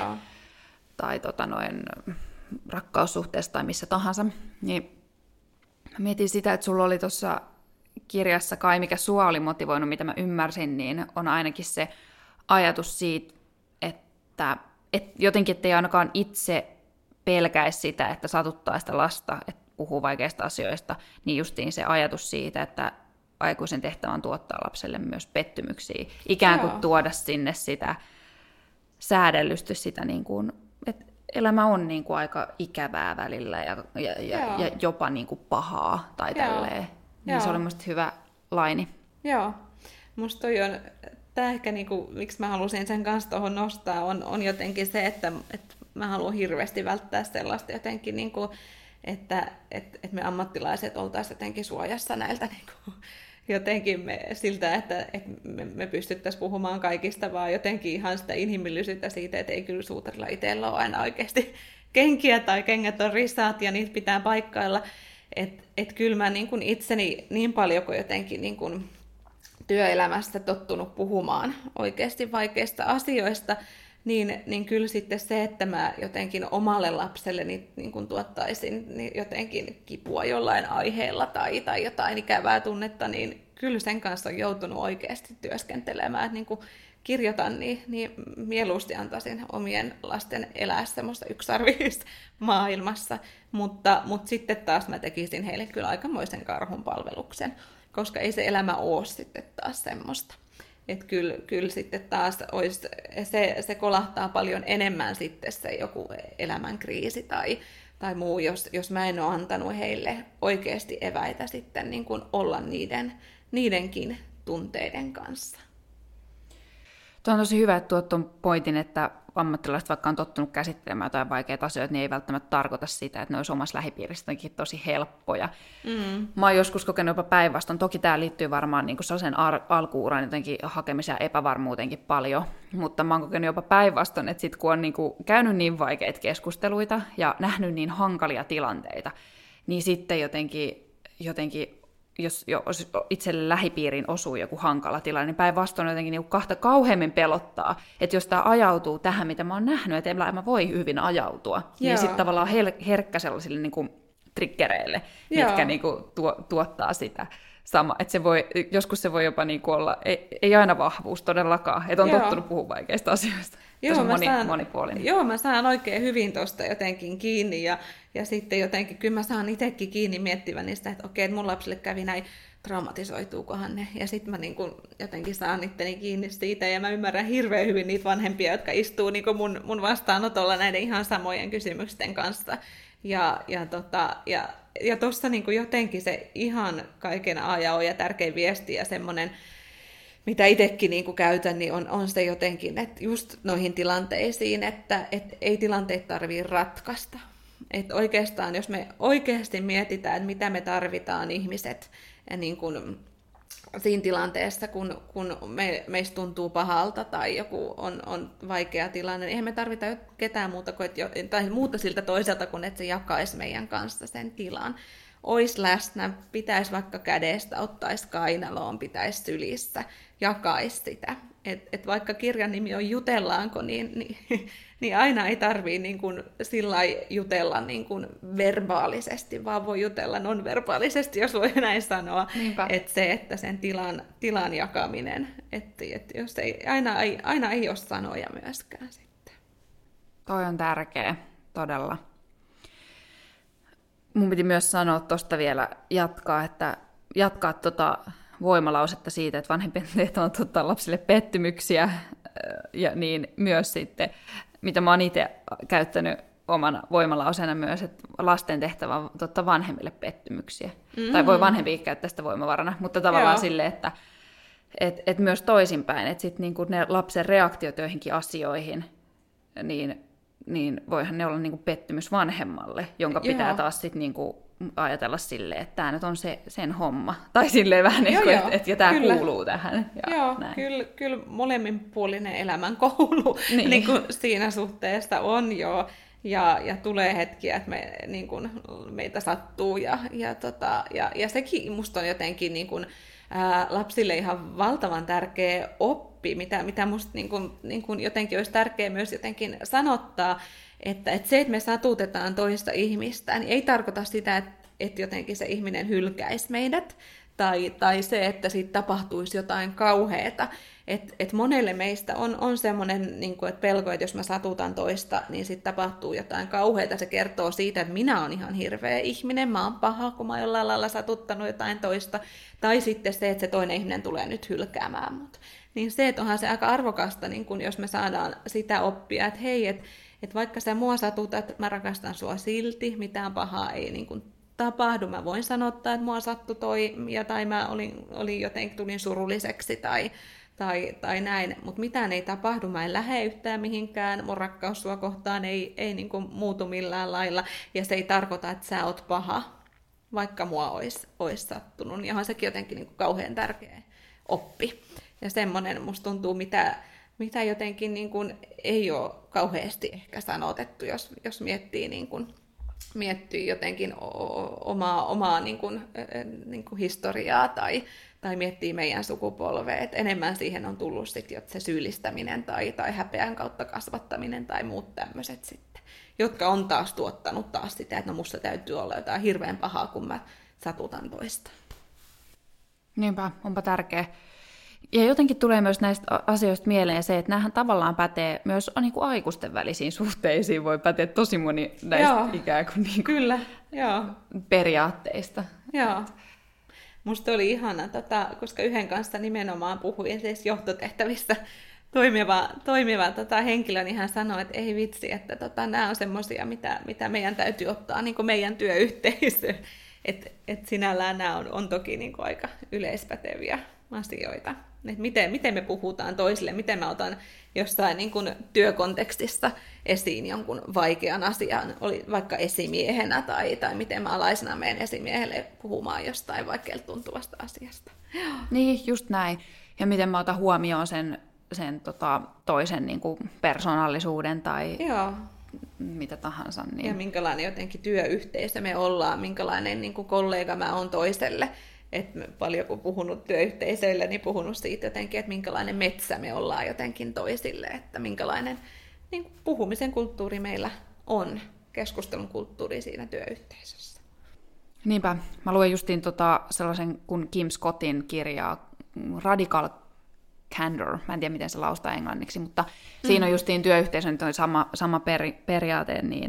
tai rakkaussuhteessa tai missä tahansa. Niin mietin sitä, että sulla oli tuossa kirjassa kai, mikä sua oli motivoinut, mitä mä ymmärsin, niin on ainakin se ajatus siitä, että jotenkin ettei ainakaan itse pelkäisi sitä, että satuttaa sitä lasta, että puhuu vaikeista asioista, niin justiin se ajatus siitä, että aikuisen tehtävä on tuottaa lapselle myös pettymyksiä, ikään kuin tuoda sinne sitä säädellysti sitä, niin kuin, että elämä on niin kuin aika ikävää välillä ja jopa niin kuin pahaa tai tälleen. Niin se oli musta hyvä laini. Joo, musta toi on, tämä ehkä niinku, miksi mä halusin sen kanssa tuohon nostaa, on jotenkin se, että mä haluan hirveästi välttää sellaista jotenkin, niinku, että me ammattilaiset oltaisiin jotenkin suojassa näiltä niinku, jotenkin siltä, että me pystyttäisiin puhumaan kaikista, vaan jotenkin ihan sitä inhimillisyyttä siitä, että ei kyllä suutarilla itsellä ole aina oikeasti kenkiä tai kengät on risaat ja niitä pitää paikkailla. Että kyllä mä niin kuin itseni niin paljon kuin jotenkin niin kuin työelämästä tottunut puhumaan oikeasti vaikeista asioista, niin kyllä sitten se, että mä jotenkin omalle lapselle niin kuin tuottaisin niin jotenkin kipua jollain aiheella tai jotain ikävää tunnetta, niin kyllä sen kanssa on joutunut oikeasti työskentelemään. Että niin kuin kirjoitan, niin mieluusti antaisin omien lasten elää semmoista yksarvista maailmassa, mutta sitten taas mä tekisin heille kyllä aikamoisen karhunpalveluksen, koska ei se elämä ole sitten taas semmoista. Että kyllä sitten taas olisi, se kolahtaa paljon enemmän sitten se joku elämänkriisi tai muu, jos mä en ole antanut heille oikeasti eväitä sitten niin kuin olla niidenkin tunteiden kanssa. Tuo on tosi hyvä, että tuot tuon pointin, että ammattilaiset, vaikka on tottunut käsittelemään jotain vaikeita asioita, niin ei välttämättä tarkoita sitä, että ne olisi omassa lähipiirissä tosi helppoja. Mä oon joskus kokenut jopa päinvastoin. Toki tämä liittyy varmaan niin sellaisen alkuuran jotenkin hakemiseen ja epävarmuutenkin paljon, mutta mä oon kokenut jopa päinvastoin, että sit kun on niin kuin käynyt niin vaikeita keskusteluita ja nähnyt niin hankalia tilanteita, niin sitten jotenkin jos itselle lähipiiriin osuu joku hankala tilanne, niin päinvastoin jotenkin niin kahta kauheammin pelottaa, että jos tämä ajautuu tähän, mitä mä oon nähnyt, että en mä voi hyvin ajautua, niin sitten tavallaan herkkä sellaisille niin kuin triggereille, mitkä niin kuin tuottaa sitä samaa. Että joskus se voi jopa niin kuin olla, ei aina vahvuus todellakaan, että on tottunut puhua vaikeista asioista. Monipuolinen. Joo, mä saan oikein hyvin tuosta jotenkin kiinni ja sitten jotenkin, kyllä mä saan itsekin kiinni miettivän niistä, että okei, että mun lapsille kävi näin, traumatisoituukohan ne. Ja sitten mä niin kun jotenkin saan itteni kiinni siitä ja mä ymmärrän hirveän hyvin niitä vanhempia, jotka istuu niin kun mun vastaanotolla näiden ihan samojen kysymysten kanssa. Ja tuossa niin kun jotenkin se ihan kaiken A ja O ja tärkein viesti ja semmoinen, mitä itsekin niin kuin käytän, niin on se jotenkin, että just noihin tilanteisiin, että ei tilanteet tarvitse ratkaista. Että oikeastaan, jos me oikeasti mietitään, että mitä me tarvitaan ihmiset niin kuin siinä tilanteessa, kun meistä tuntuu pahalta tai joku on vaikea tilanne, niin eihän me tarvita ketään muuta, tai muuta siltä toiselta kuin että se jakaisi meidän kanssa sen tilan. Ois läsnä, pitäisi vaikka kädestä, ottaisi kainaloon, pitäisi sylissä, jakaisi sitä. Et vaikka kirjan nimi on Jutellaanko, niin aina ei tarvitse niin kuin sillai jutella niin kuin verbaalisesti, vaan voi jutella non-verbaalisesti, jos voi näin sanoa. Että se, että sen tilan jakaminen, että jos aina ei ole sanoja myöskään sitten. Toi on tärkeä, todella. Mun piti myös sanoa tuosta vielä jatkaa voimalausetta siitä, että vanhempien tehtävä on tuottaa lapsille pettymyksiä, ja niin myös sitten, mitä mä oon itse käyttänyt omana voimalausena myös, että lasten tehtävä on totta vanhemmille pettymyksiä. Tai voi vanhempi käyttää sitä voimavarana, mutta tavallaan silleen, että et myös toisinpäin, että sitten niinku ne lapsen reaktiot joihinkin asioihin, niin voihan ne olla niinku pettymys vanhemmalle, jonka pitää taas sitten niinku ajatella silleen, että tämä nyt on sen homma. Tai silleen vähän niin kuin, että tämä kuuluu tähän. Joo, kyllä molemminpuolinen elämänkoulu niin kuin siinä suhteessa on jo. Ja tulee hetkiä, että meitä sattuu. Ja sekin musta on jotenkin lapsille ihan valtavan tärkeä oppi, mitä musta jotenkin olisi tärkeää myös jotenkin sanottaa, että se, että me satutetaan toista ihmistä, niin ei tarkoita sitä, että jotenkin se ihminen hylkäisi meidät, tai se, että siitä tapahtuisi jotain kauheata. Että monelle meistä on semmoinen että pelko, että jos mä satutan toista, niin sitten tapahtuu jotain kauheata. Se kertoo siitä, että minä olen ihan hirveä ihminen, mä oon paha, kun mä oon jollain lailla satuttanut jotain toista. Tai sitten se, että se toinen ihminen tulee nyt hylkäämään mut. Niin se, että onhan se aika arvokasta, jos me saadaan sitä oppia, että hei, että vaikka sä mua satutat, mä rakastan sua silti, mitään pahaa ei tapahdu. Mä voin sanottaa, että mua sattui tai mä olin jotenkin, tulin surulliseksi tai näin, mutta mitään ei tapahdu, mä en lähde yhtään mihinkään, mun rakkaus sua kohtaan ei muutu millään lailla, ja se ei tarkoita, että sä oot paha, vaikka mua olisi sattunut, ja onhan sekin jotenkin kauhean tärkeä oppi. Ja semmoinen musta tuntuu, mitä jotenkin ei ole kauheasti ehkä sanotettu, jos miettii jotenkin omaa historiaa tai miettii meidän sukupolvea, että enemmän siihen on tullut sitten se syyllistäminen tai häpeän kautta kasvattaminen tai muut tämmöiset sitten, jotka on taas tuottanut taas sitä, että no musta täytyy olla jotain hirveän pahaa, kun mä satutan toista. Niinpä, onpa tärkeä. Ja jotenkin tulee myös näistä asioista mieleen se, että näähän tavallaan pätee myös aikuisten välisiin suhteisiin, voi päteä tosi moni näistä ikään kuin, Kyllä, periaatteista. Joo. Musta oli ihana, koska yhden kanssa nimenomaan puhuin siis johtotehtävistä toimiva henkilö, niin hän sanoi, että ei vitsi, että nämä on semmoisia, mitä meidän täytyy ottaa meidän työyhteisöön. Että sinällään nämä on toki aika yleispäteviä asioita. Et miten me puhutaan toisille, miten mä otan jossain työkontekstissa esiin jonkun vaikean asian, oli vaikka esimiehenä tai miten mä alaisena menen esimiehelle puhumaan jostain vaikealta tuntuvasta asiasta. Niin, just näin. Ja miten mä otan huomioon sen toisen persoonallisuuden tai mitä tahansa. Niin. Ja minkälainen jotenkin työyhteisö me ollaan, minkälainen kollega mä oon toiselle. Paljon kun puhunut työyhteisöille, niin puhunut siitä jotenkin, että minkälainen metsä me ollaan jotenkin toisille, että minkälainen puhumisen kulttuuri meillä on, keskustelun kulttuuri siinä työyhteisössä. Niinpä. Mä luin justiin sellaisen kuin Kim Scottin kirjaa Radical Candor. Mä en tiedä, miten se laustaa englanniksi, mutta siinä on justiin työyhteisön sama periaate, niin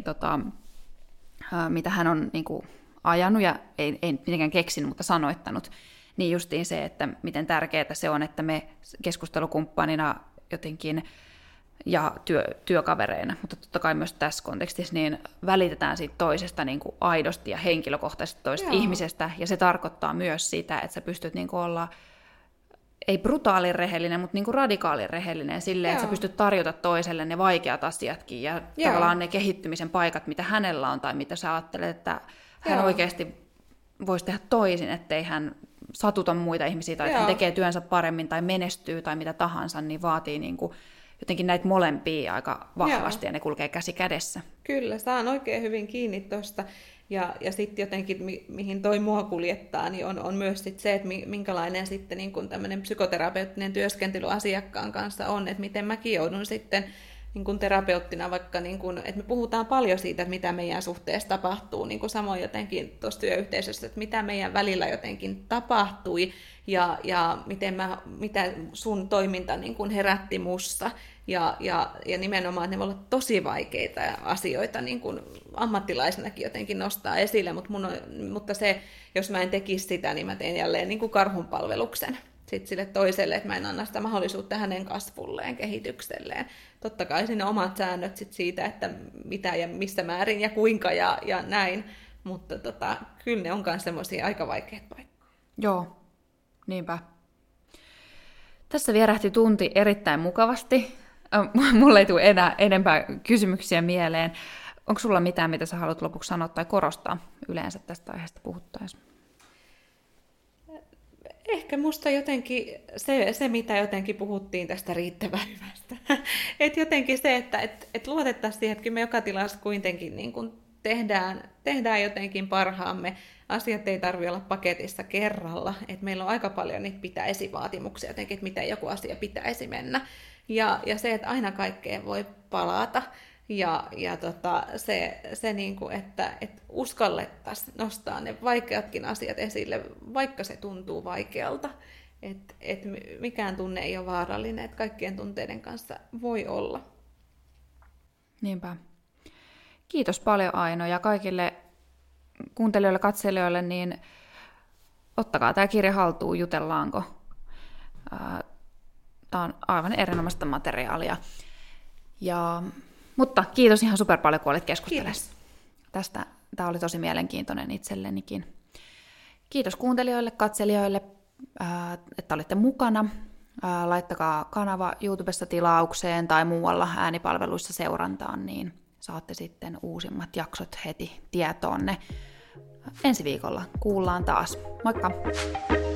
mitä hän on ajanut ja ei mitenkään keksinyt, mutta sanoittanut, niin justiin se, että miten tärkeää se on, että me keskustelukumppanina jotenkin ja työkavereina, mutta totta kai myös tässä kontekstissa, niin välitetään siitä toisesta aidosti ja henkilökohtaisesti toisesta ihmisestä, ja se tarkoittaa myös sitä, että sä pystyt olla ei brutaalin rehellinen, mutta radikaalin rehellinen silleen, että sä pystyt tarjota toiselle ne vaikeat asiatkin ja tavallaan ne kehittymisen paikat, mitä hänellä on tai mitä sä ajattelet, että hän oikeasti voisi tehdä toisin, ettei hän satuta muita ihmisiä tai että hän tekee työnsä paremmin tai menestyy tai mitä tahansa, niin vaatii jotenkin näitä molempia aika vahvasti ja ne kulkee käsi kädessä. Kyllä, saan oikein hyvin kiinni tuosta. Ja sitten jotenkin, mihin toi mua kuljettaa, niin on myös sit se, että minkälainen sitten tämmöinen psykoterapeuttinen työskentely asiakkaan kanssa on, että miten mäkin joudun sitten terapeuttina vaikka, että me puhutaan paljon siitä, että mitä meidän suhteessa tapahtuu, samoin jotenkin tuossa työyhteisössä, että mitä meidän välillä jotenkin tapahtui ja mitä sun toiminta herätti mussa. Ja nimenomaan, että ne voi olla tosi vaikeita asioita, ammattilaisenakin jotenkin nostaa esille, mutta se, jos mä en tekisi sitä, niin mä teen jälleen karhunpalveluksen sitten sille toiselle, että mä en anna sitä mahdollisuutta hänen kasvulleen, kehitykselleen. Totta kai siinä on omat säännöt siitä, että mitä ja missä määrin ja kuinka ja näin. Mutta kyllä ne on myös semmoisia aika vaikeita paikkoja. Joo, niinpä. Tässä vierähti tunti erittäin mukavasti. Mulle ei tule enää enempää kysymyksiä mieleen. Onko sulla mitään, mitä sä haluat lopuksi sanoa tai korostaa yleensä tästä aiheesta puhuttaessa? Ehkä musta jotenkin se, mitä jotenkin puhuttiin tästä riittävän hyvästä. Että jotenkin se, että luotettaisiin siihen, että kyllä me joka tilassa kuitenkin niin kuin tehdään jotenkin parhaamme. Asiat ei tarvitse olla paketissa kerralla. Että meillä on aika paljon niitä pitäisi-vaatimuksia jotenkin, että miten joku asia pitäisi mennä. Ja se, että aina kaikkeen voi palata. Ja se niin kuin, että uskallettaisiin nostaa ne vaikeatkin asiat esille, vaikka se tuntuu vaikealta. Että mikään tunne ei ole vaarallinen, että kaikkien tunteiden kanssa voi olla. Niinpä. Kiitos paljon Aino, ja kaikille kuuntelijoille, katselijoille, niin ottakaa tämä kirja haltuun, jutellaanko. Tämä on aivan erinomaista materiaalia. Mutta kiitos ihan super paljon, kun olit keskustelemaan tästä. Tämä oli tosi mielenkiintoinen itsellenikin. Kiitos kuuntelijoille, katselijoille, että olitte mukana. Laittakaa kanava YouTubessa tilaukseen tai muualla äänipalveluissa seurantaan, niin saatte sitten uusimmat jaksot heti tietoonne. Ensi viikolla kuullaan taas. Moikka!